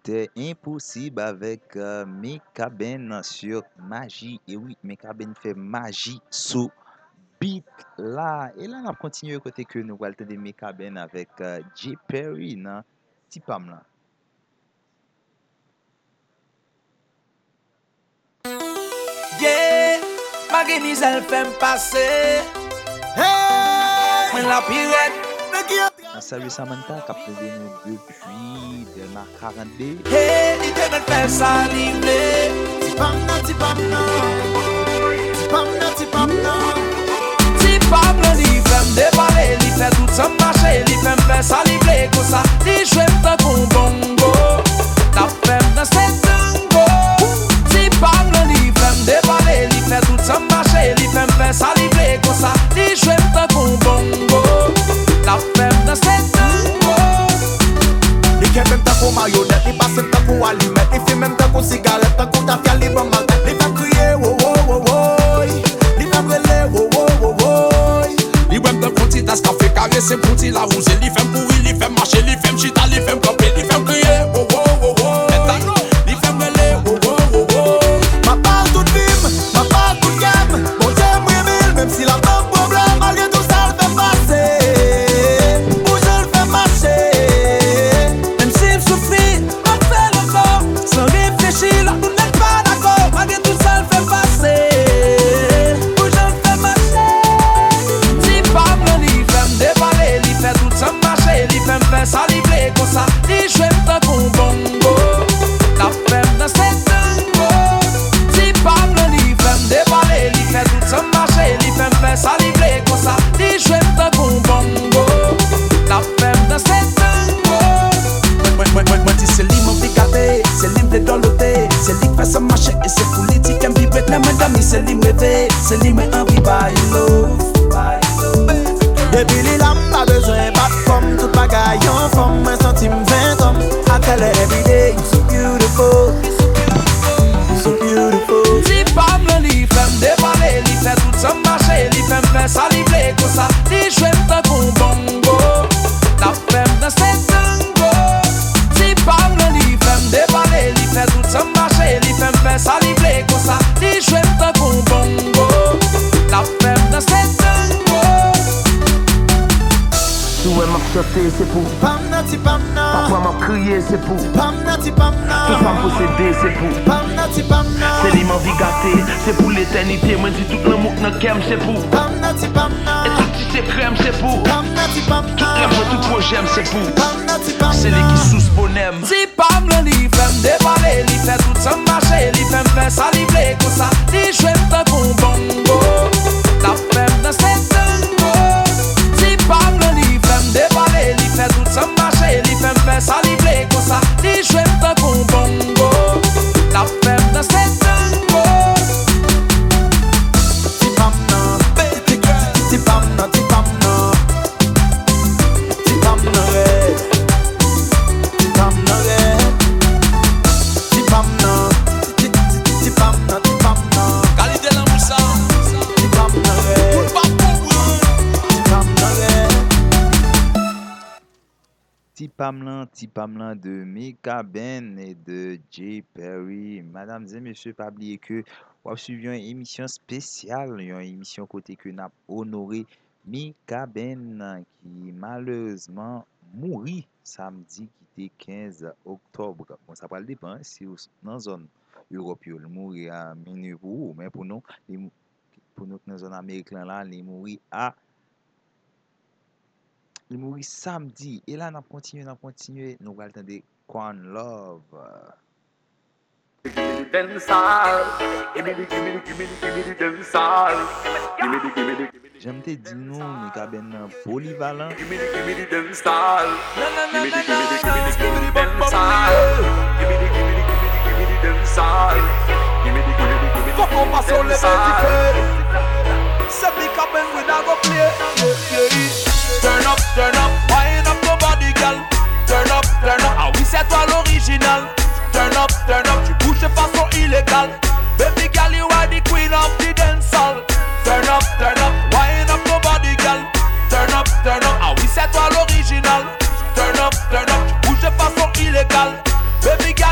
C'était impossible avec euh, Mekaben sur Magie. Et oui, Mekaben fait magie sous beat là. Et là, on a continué côté que nous allons entendre Mekaben avec euh, J. Perry, nan, Tipam là. Yeah, Magénis elle fait me passer. Hey, mais la pirate. On salue Samantha qui a présenté nous depuis de ma quarante-deux. Hey, il te me fait saliver. Tipam nan, tipam nan. Tipam nan, tipam nan. Tipam nan, li fait me déballer, li fait tout ça marcher, li fait me faire saliver comme ça. Li joue me comme bongo, la fait me danser tango. Tipam nan, li fait me déballer, li fait tout ça marcher, li fait me faire saliver comme ça. Li joue me comme bongo, la fait me danser tango. Li ke même temps qu'on marionnette, li passe temps qu'on allumette, li fait même temps qu'on cigarette, temps qu'on t'a fait li bon matin, li fait crier wo wo wo wo, li fait brûler wo wo wo wo. Li wèm de konti das ka fe karese konti la rouge. Li fèm pourri, li fèm marcher, li fèm chita, li fèm camper, li fèm crier wo wo wo wo. Li fèm rele wo wo wo wo. Ma part tout film, ma part tout game. Bon Dieu m'aime, même si la même problème, malgré tout ça le fait passer. Où je le fais marcher. Même si je souffre, on fait le corps. Sans réfléchir, là, vous n'êtes pas d'accord. Malgré tout ça le fait passer. Où je le fais marcher. Tipam nan, li fait me déballer, li fait tout ça marcher, li fait me faire saliver comme ça. Li joue me comme bongo, la fait me danser tango. Tipam nan, li fait me déballer, li fait tout ça marcher, li fait me faire saliver comme ça. Li joue me comme bongo, la fait me danser tango. Mwen di se li mwen vi gate, se li mwen dolote, se li fè sa mache e se politik en bi bret. Nan mwen dami se li mwen ve, se li mwen anvi bay love. Depuis li lam pa bezwen bat kom, tout bagay yon fom, mwen senti m vingt om. I tell her every day, you so beautiful, you so beautiful. Tipam nan, li fait me déballer, li fait tout ça marcher, li fait me faire saliver comme ça. Li joue me comme bongo, la fait me danser tango. Tipam nan, li fait me déballer, li fait tout ça marcher, li fait me faire saliver comme ça. Li joue me comme bongo, la fait me danser tango. Tout ouais m'a chanté c'est pour. Tipam nan, tipam nan. Parfois m'a crié c'est pour. Tipam nan, tipam nan. Tout ça possédé c'est pour. Tipam nan, tipam nan. C'est li m'en vie gâté, c'est pour l'éternité. Moi dis tout l'amour que nous kem c'est pour. Tipam nan, tipam nan. Et tout petit secret c'est pour. Tipam nan, tipam Tout nan. l'amour tout projet c'est pour. Tipam nan, tipam C'est nan. li qui sous bonhomme. Tipam nan, li fait me déballer, li fait tout ça marcher, li fait me faire saliver comme ça. Li joue me comme bongo, la fait me danser tango. Tipam nan, li fait me déballer, li fait tout ça marcher, li fait me faire saliver comme ça. Li joue me comme bongo, la fait me danser tango. Tipam nan, tipam nan, tipam nan. Tipam nan red, tipam nan red. Tipam nan, tipam nan, tipam nan. Qualité la moussa. Tipam nan red, tipam nan red. Tipam lan, tipam lan de Mekaben et de J. Perry. Mesdames et messieurs, pas oublier que vous avez suivi une émission spéciale, une émission côté que n'a honoré Mekaben qui malheureusement mourit samedi qui était quinze octobre. Bon, ça va dépendre si vous dans la zone Europe, il mourit à minuit pour vous, mais pour nous, il- pour nous dans la zone américaine là, il mourit à il mourit samedi. Et là, on a continué, on a continué. Nous allons entendre Quan Love. J'aime te dire nous, Mekaben polyvalent. Fuck on pass on les C'est Mekaben we da go play. Yeah, yeah. Turn up, turn up, wind up your body, girl. Turn up, turn up, ah oui c'est toi l'original. Turn up, turn up, tu bouges de façon illégale. Baby girl, you are the queen of the dance hall. Turn up, turn up, wind up your body, girl. Turn up, turn up, ah oui c'est toi l'original. Turn up, turn up, tu bouges de façon illégale. Baby girl,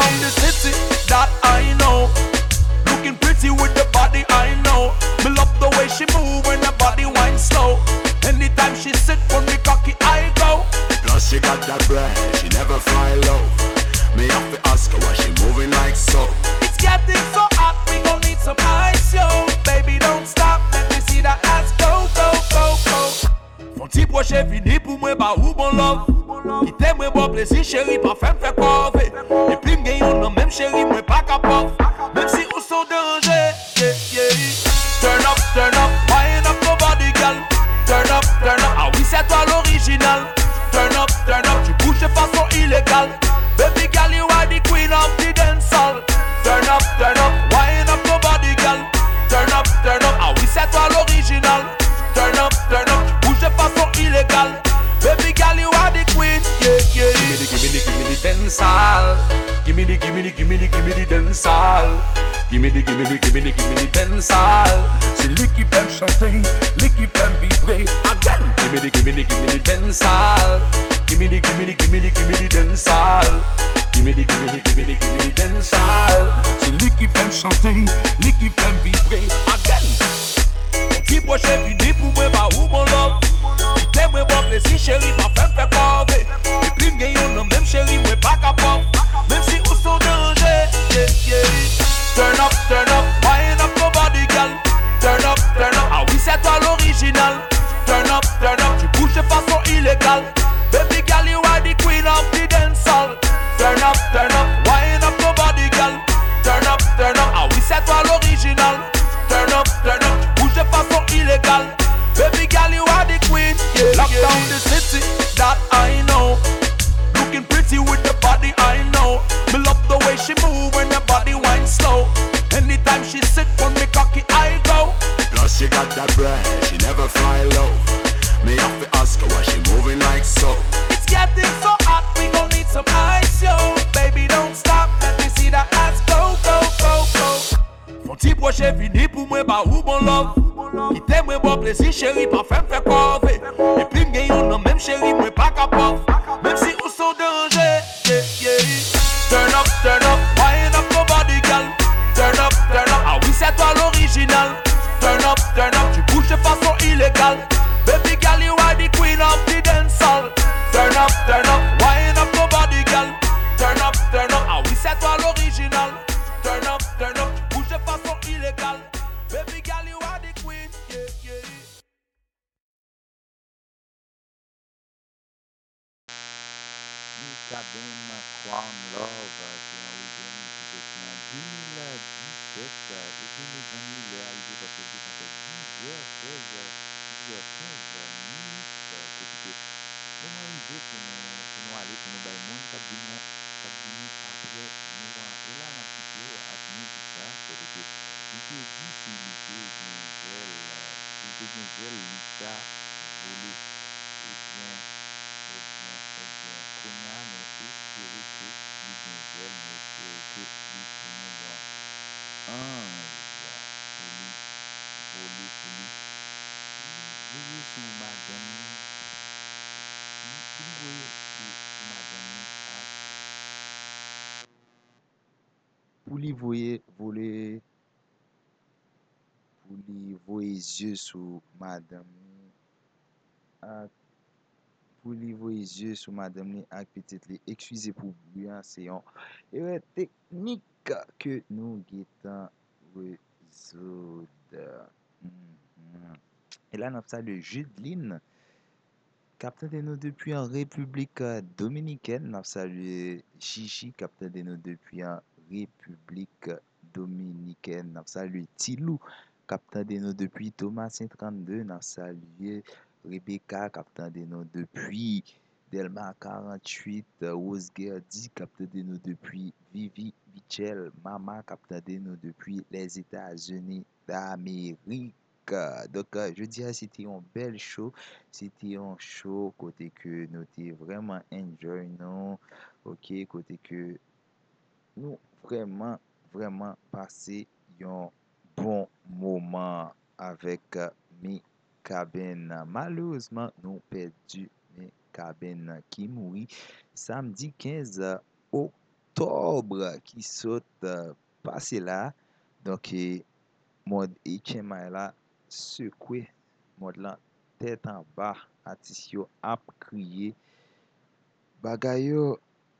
down the city, that I know. Looking pretty with the body, I know. Me love the way she move when the body winds slow. Anytime she sit on me cocky, I go. Plus she got that bread, she never fly low. Me have to ask her why she moving like so. It's getting so hot, we gon' need some ice, yo. Baby, don't stop, let me see that ass go, go, go, go. Mon petit proche fini pour moi, bah ou bon love. Qui t'aime, moi, bon plaisir, chérie, pas fait me faire cover. Et puis m'gagne, on a même chérie, moi pas capable. Même si on sont danger, yeah, yeah. Turn up, turn up, wind up your body, girl. Turn up, turn up, ah oui, c'est toi l'original. Turn up, turn up, tu bouges de façon illégale. Baby girl, you are the queen of the dance hall. Turn up, turn up, wind up your body, girl. Turn up, turn up, ah oui, c'est toi l'original. Turn up, turn up, tu bouges de façon illégale. Baby girl, you are the queen, yeah, yeah. Give me the, give me the, give me the dance hall. Give me the, give me the, give me the, give me the dance hall. Give me the, give me the, give me the, give me the dance hall. C'est lui qui peut chanter, lui qui peut vibrer. Again. Give me the, give me the, give me the dance hall. Give me the, give me the, give me the, give me the dance hall. Give me the, give me the, give me the, give me the dance hall. C'est lui qui peut chanter, lui qui peut vibrer. Again. Mon petit proche fini pour moi, bah où mon love. T'aimes moi bon plaisir, chérie, pas fait me faire cover. Et puis m'gagne, on a même chérie, moi pas capable. Même si on sont danger, yeah, yeah. Turn up, turn up, wind up your body, girl. Turn up, turn up, ah oui, c'est toi l'original. Turn up, turn up, tu bouges de façon illégale. Baby girl, you are the queen of the dance hall. Turn up, turn up, wind up your body, girl. Turn up, turn up, ah oui, c'est toi l'original. Turn up, turn up, tu bouges de façon illégale. Baby girl, you are the queen, yeah. Lock yeah. down the city, that I know. Looking pretty with the body, I know. Me love the way she move when the body winds slow. Anytime she sit on me cocky, I go. Plus she got that bread, she never fly low. Me have to ask her why she moving like so. It's getting so hot, we gon' need some ice, yo. Baby, don't stop, let me see that ass go, go, go, go. Mon petit proche fini pour moi, bah où bon love. Qui t'aime, moi bon plaisir, chérie, pas fait me faire cover. Et puis m'gagne, on a même chérie, moi pas capable. Même si on sont danger, yeah, yeah. Turn up, turn up, wind up your body, girl. Turn up, turn up, ah oui, c'est toi l'original. Turn up, turn up, tu bouges de façon illégale. Baby girl, you are the queen of the dance hall. Turn up, turn up, wind up your body, girl. Turn up, turn up, ah oui, c'est toi l'original. Turn up, turn up, tu bouges de façon illégale. Baby girl, you are the queen, yeah, yeah. Mika Ben Crown Love, c'est un album qui sortit en deux mille dix-sept. Et puis mes amis, l'heure est arrivée parce que ça fait dix heures seize, dix heures quinze minutes. Côté que, moment arrivé pour nous, pour nous aller, pour nous bailler monde, cap vini, cap vini après nous. Et là, on a quitté avec musique ça. Côté que, il te dit si il te ginzel, si il te ginzel, Lika volé. Eh bien, eh bien, eh bien, Konya, nous espérons que les ginzel, nous espérons que les tourner yon ange pour lui voler, pour lui, pour lui voyer sous madame ni, pour lui, pour lui voyer sous, sous madame ni, ak, pour lui voyer, voler, pour lui voyer yeux sous madame ni, ak, pour lui voyer yeux sous madame ni, ak petite li, excusez pour bruit, c'est une erreur technique que nous guettons résoudre. Mhm. Et là, nous avons ça de Judeline, capitaine de nous depuis en République dominicaine. Nous avons salué Chichi, capitaine de nous depuis en République dominicaine. Nous avons salué Tilou, capitaine de nous depuis Thomas trente-deux. Nous avons salué Rebecca, capitaine de nous depuis Delma quarante-huit. Rose Gerdi, capitaine de nous depuis Vivi Michel. Mama, capitaine de nous depuis les États-Unis d'Amérique. Donc, euh, je dirais c'était un bel show. C'était un show côté que nous t'es vraiment enjoy, non? Ok, côté que nous vraiment, vraiment passé un bon moment avec euh, mes cabines. Malheureusement, nous perdu mes cabines qui mourit samedi quinze octobre. octobre qui saute euh, passé là. Donc, et, mode H là, secoué, mode là, tête en bas, artiste yo ap crié. Bagay yo,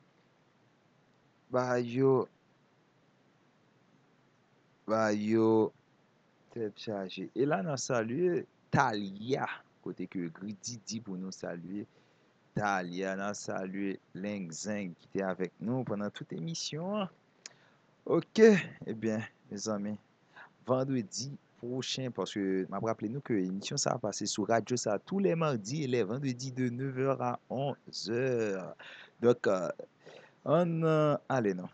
bagay yo, bagay yo, tête chargée. Et là, nous saluons Talia, côté que Gridi dit pour nous saluer. Talia, nous saluons Leng Zeng qui était avec nous pendant toute émission. Ok, eh bien, mes amis, vendredi prochain, parce que m'a rappelé nous que l'émission ça va passer sur Radio ça tous les mardis et les vendredis de neuf heures à onze heures. Donc, euh, on euh, allez non.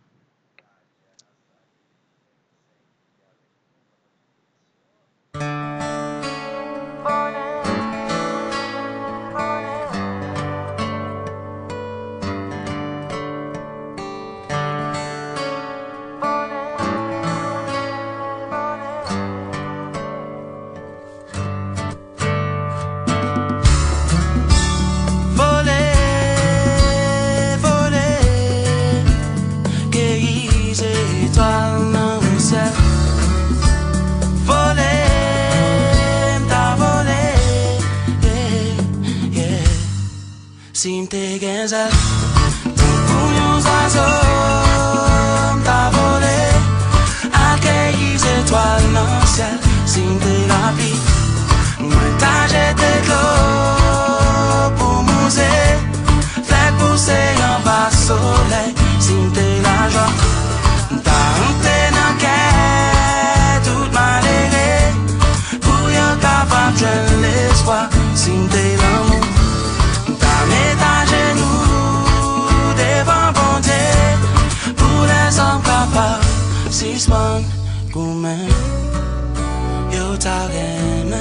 Sim te genza pou yon zazo m'ta volé accueillis étoiles dans le ciel. Sim te la pluie mwen ta jeté l'eau pour mouser fait pousser en bas soleil. Sim te la joie m'ta monté dans quai tout maléré pour yon capable joindre l'espoir. Sim te l'amour mets à genoux devant bon Dieu pour les hommes capables si smart comme yo t'a gagné.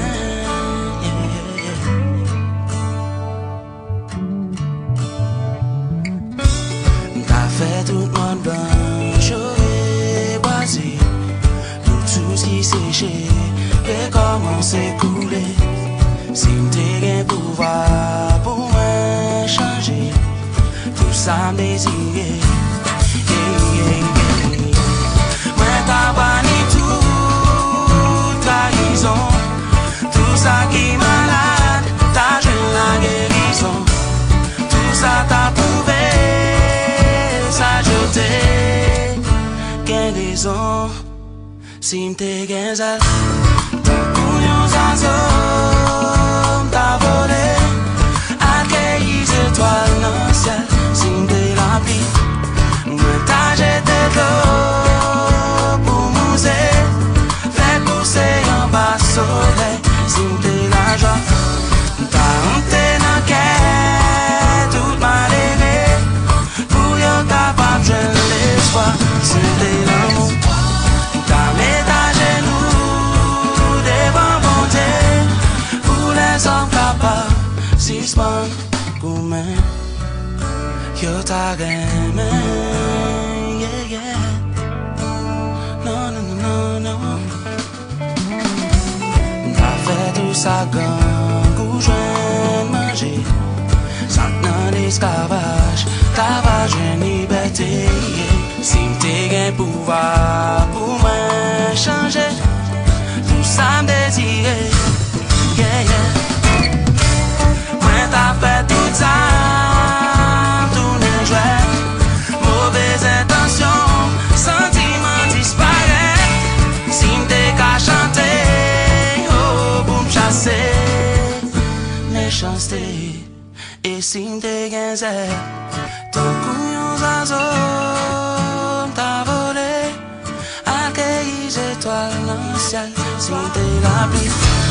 T'as fait tout le monde blanc, chaud et boisé, tout ce qui séché et commencé à couler. Si t'es gain pouvoir pour moi changer tout ça me désiré. Moi t'as banni toute trahison, tout ça qui est malade, t'as joué la guérison. Tout ça t'a prouvé, ça jeté, qu'un raison. Si t'es gain ça, pour yon zazo t'as volé, accueillis étoiles dans le ciel. Sim te la pluie, mwen ta jeté l'eau pour mouser, fait pousser en bas soleil. Sim te la joie, t'as monté dans quai tout maléré pour yon capable joindre l'espoir. Sim te l'amour, t'as mis à genoux devant bon Dieu pour les hommes capables si smart comme yo t'a gagné. Yeah, yeah. Non, non, non, non, non. T'as fait tout ça gang ou joindre manger, sans dans l'esclavage, t'as pas joindre liberté. Si t'es gain pouvoir pour moi changer tout ça me désiré. Yeah, yeah. Moi t'as fait tout ça, tourner jouet, mauvaise intention, sentiment disparaît. Si m'te qu'à chanter, oh pour m'chasser méchanceté. Et si m'te gainzé, ton couillon zazo m'ta volé, accueillis étoiles dans le ciel. Si m'te la pluie,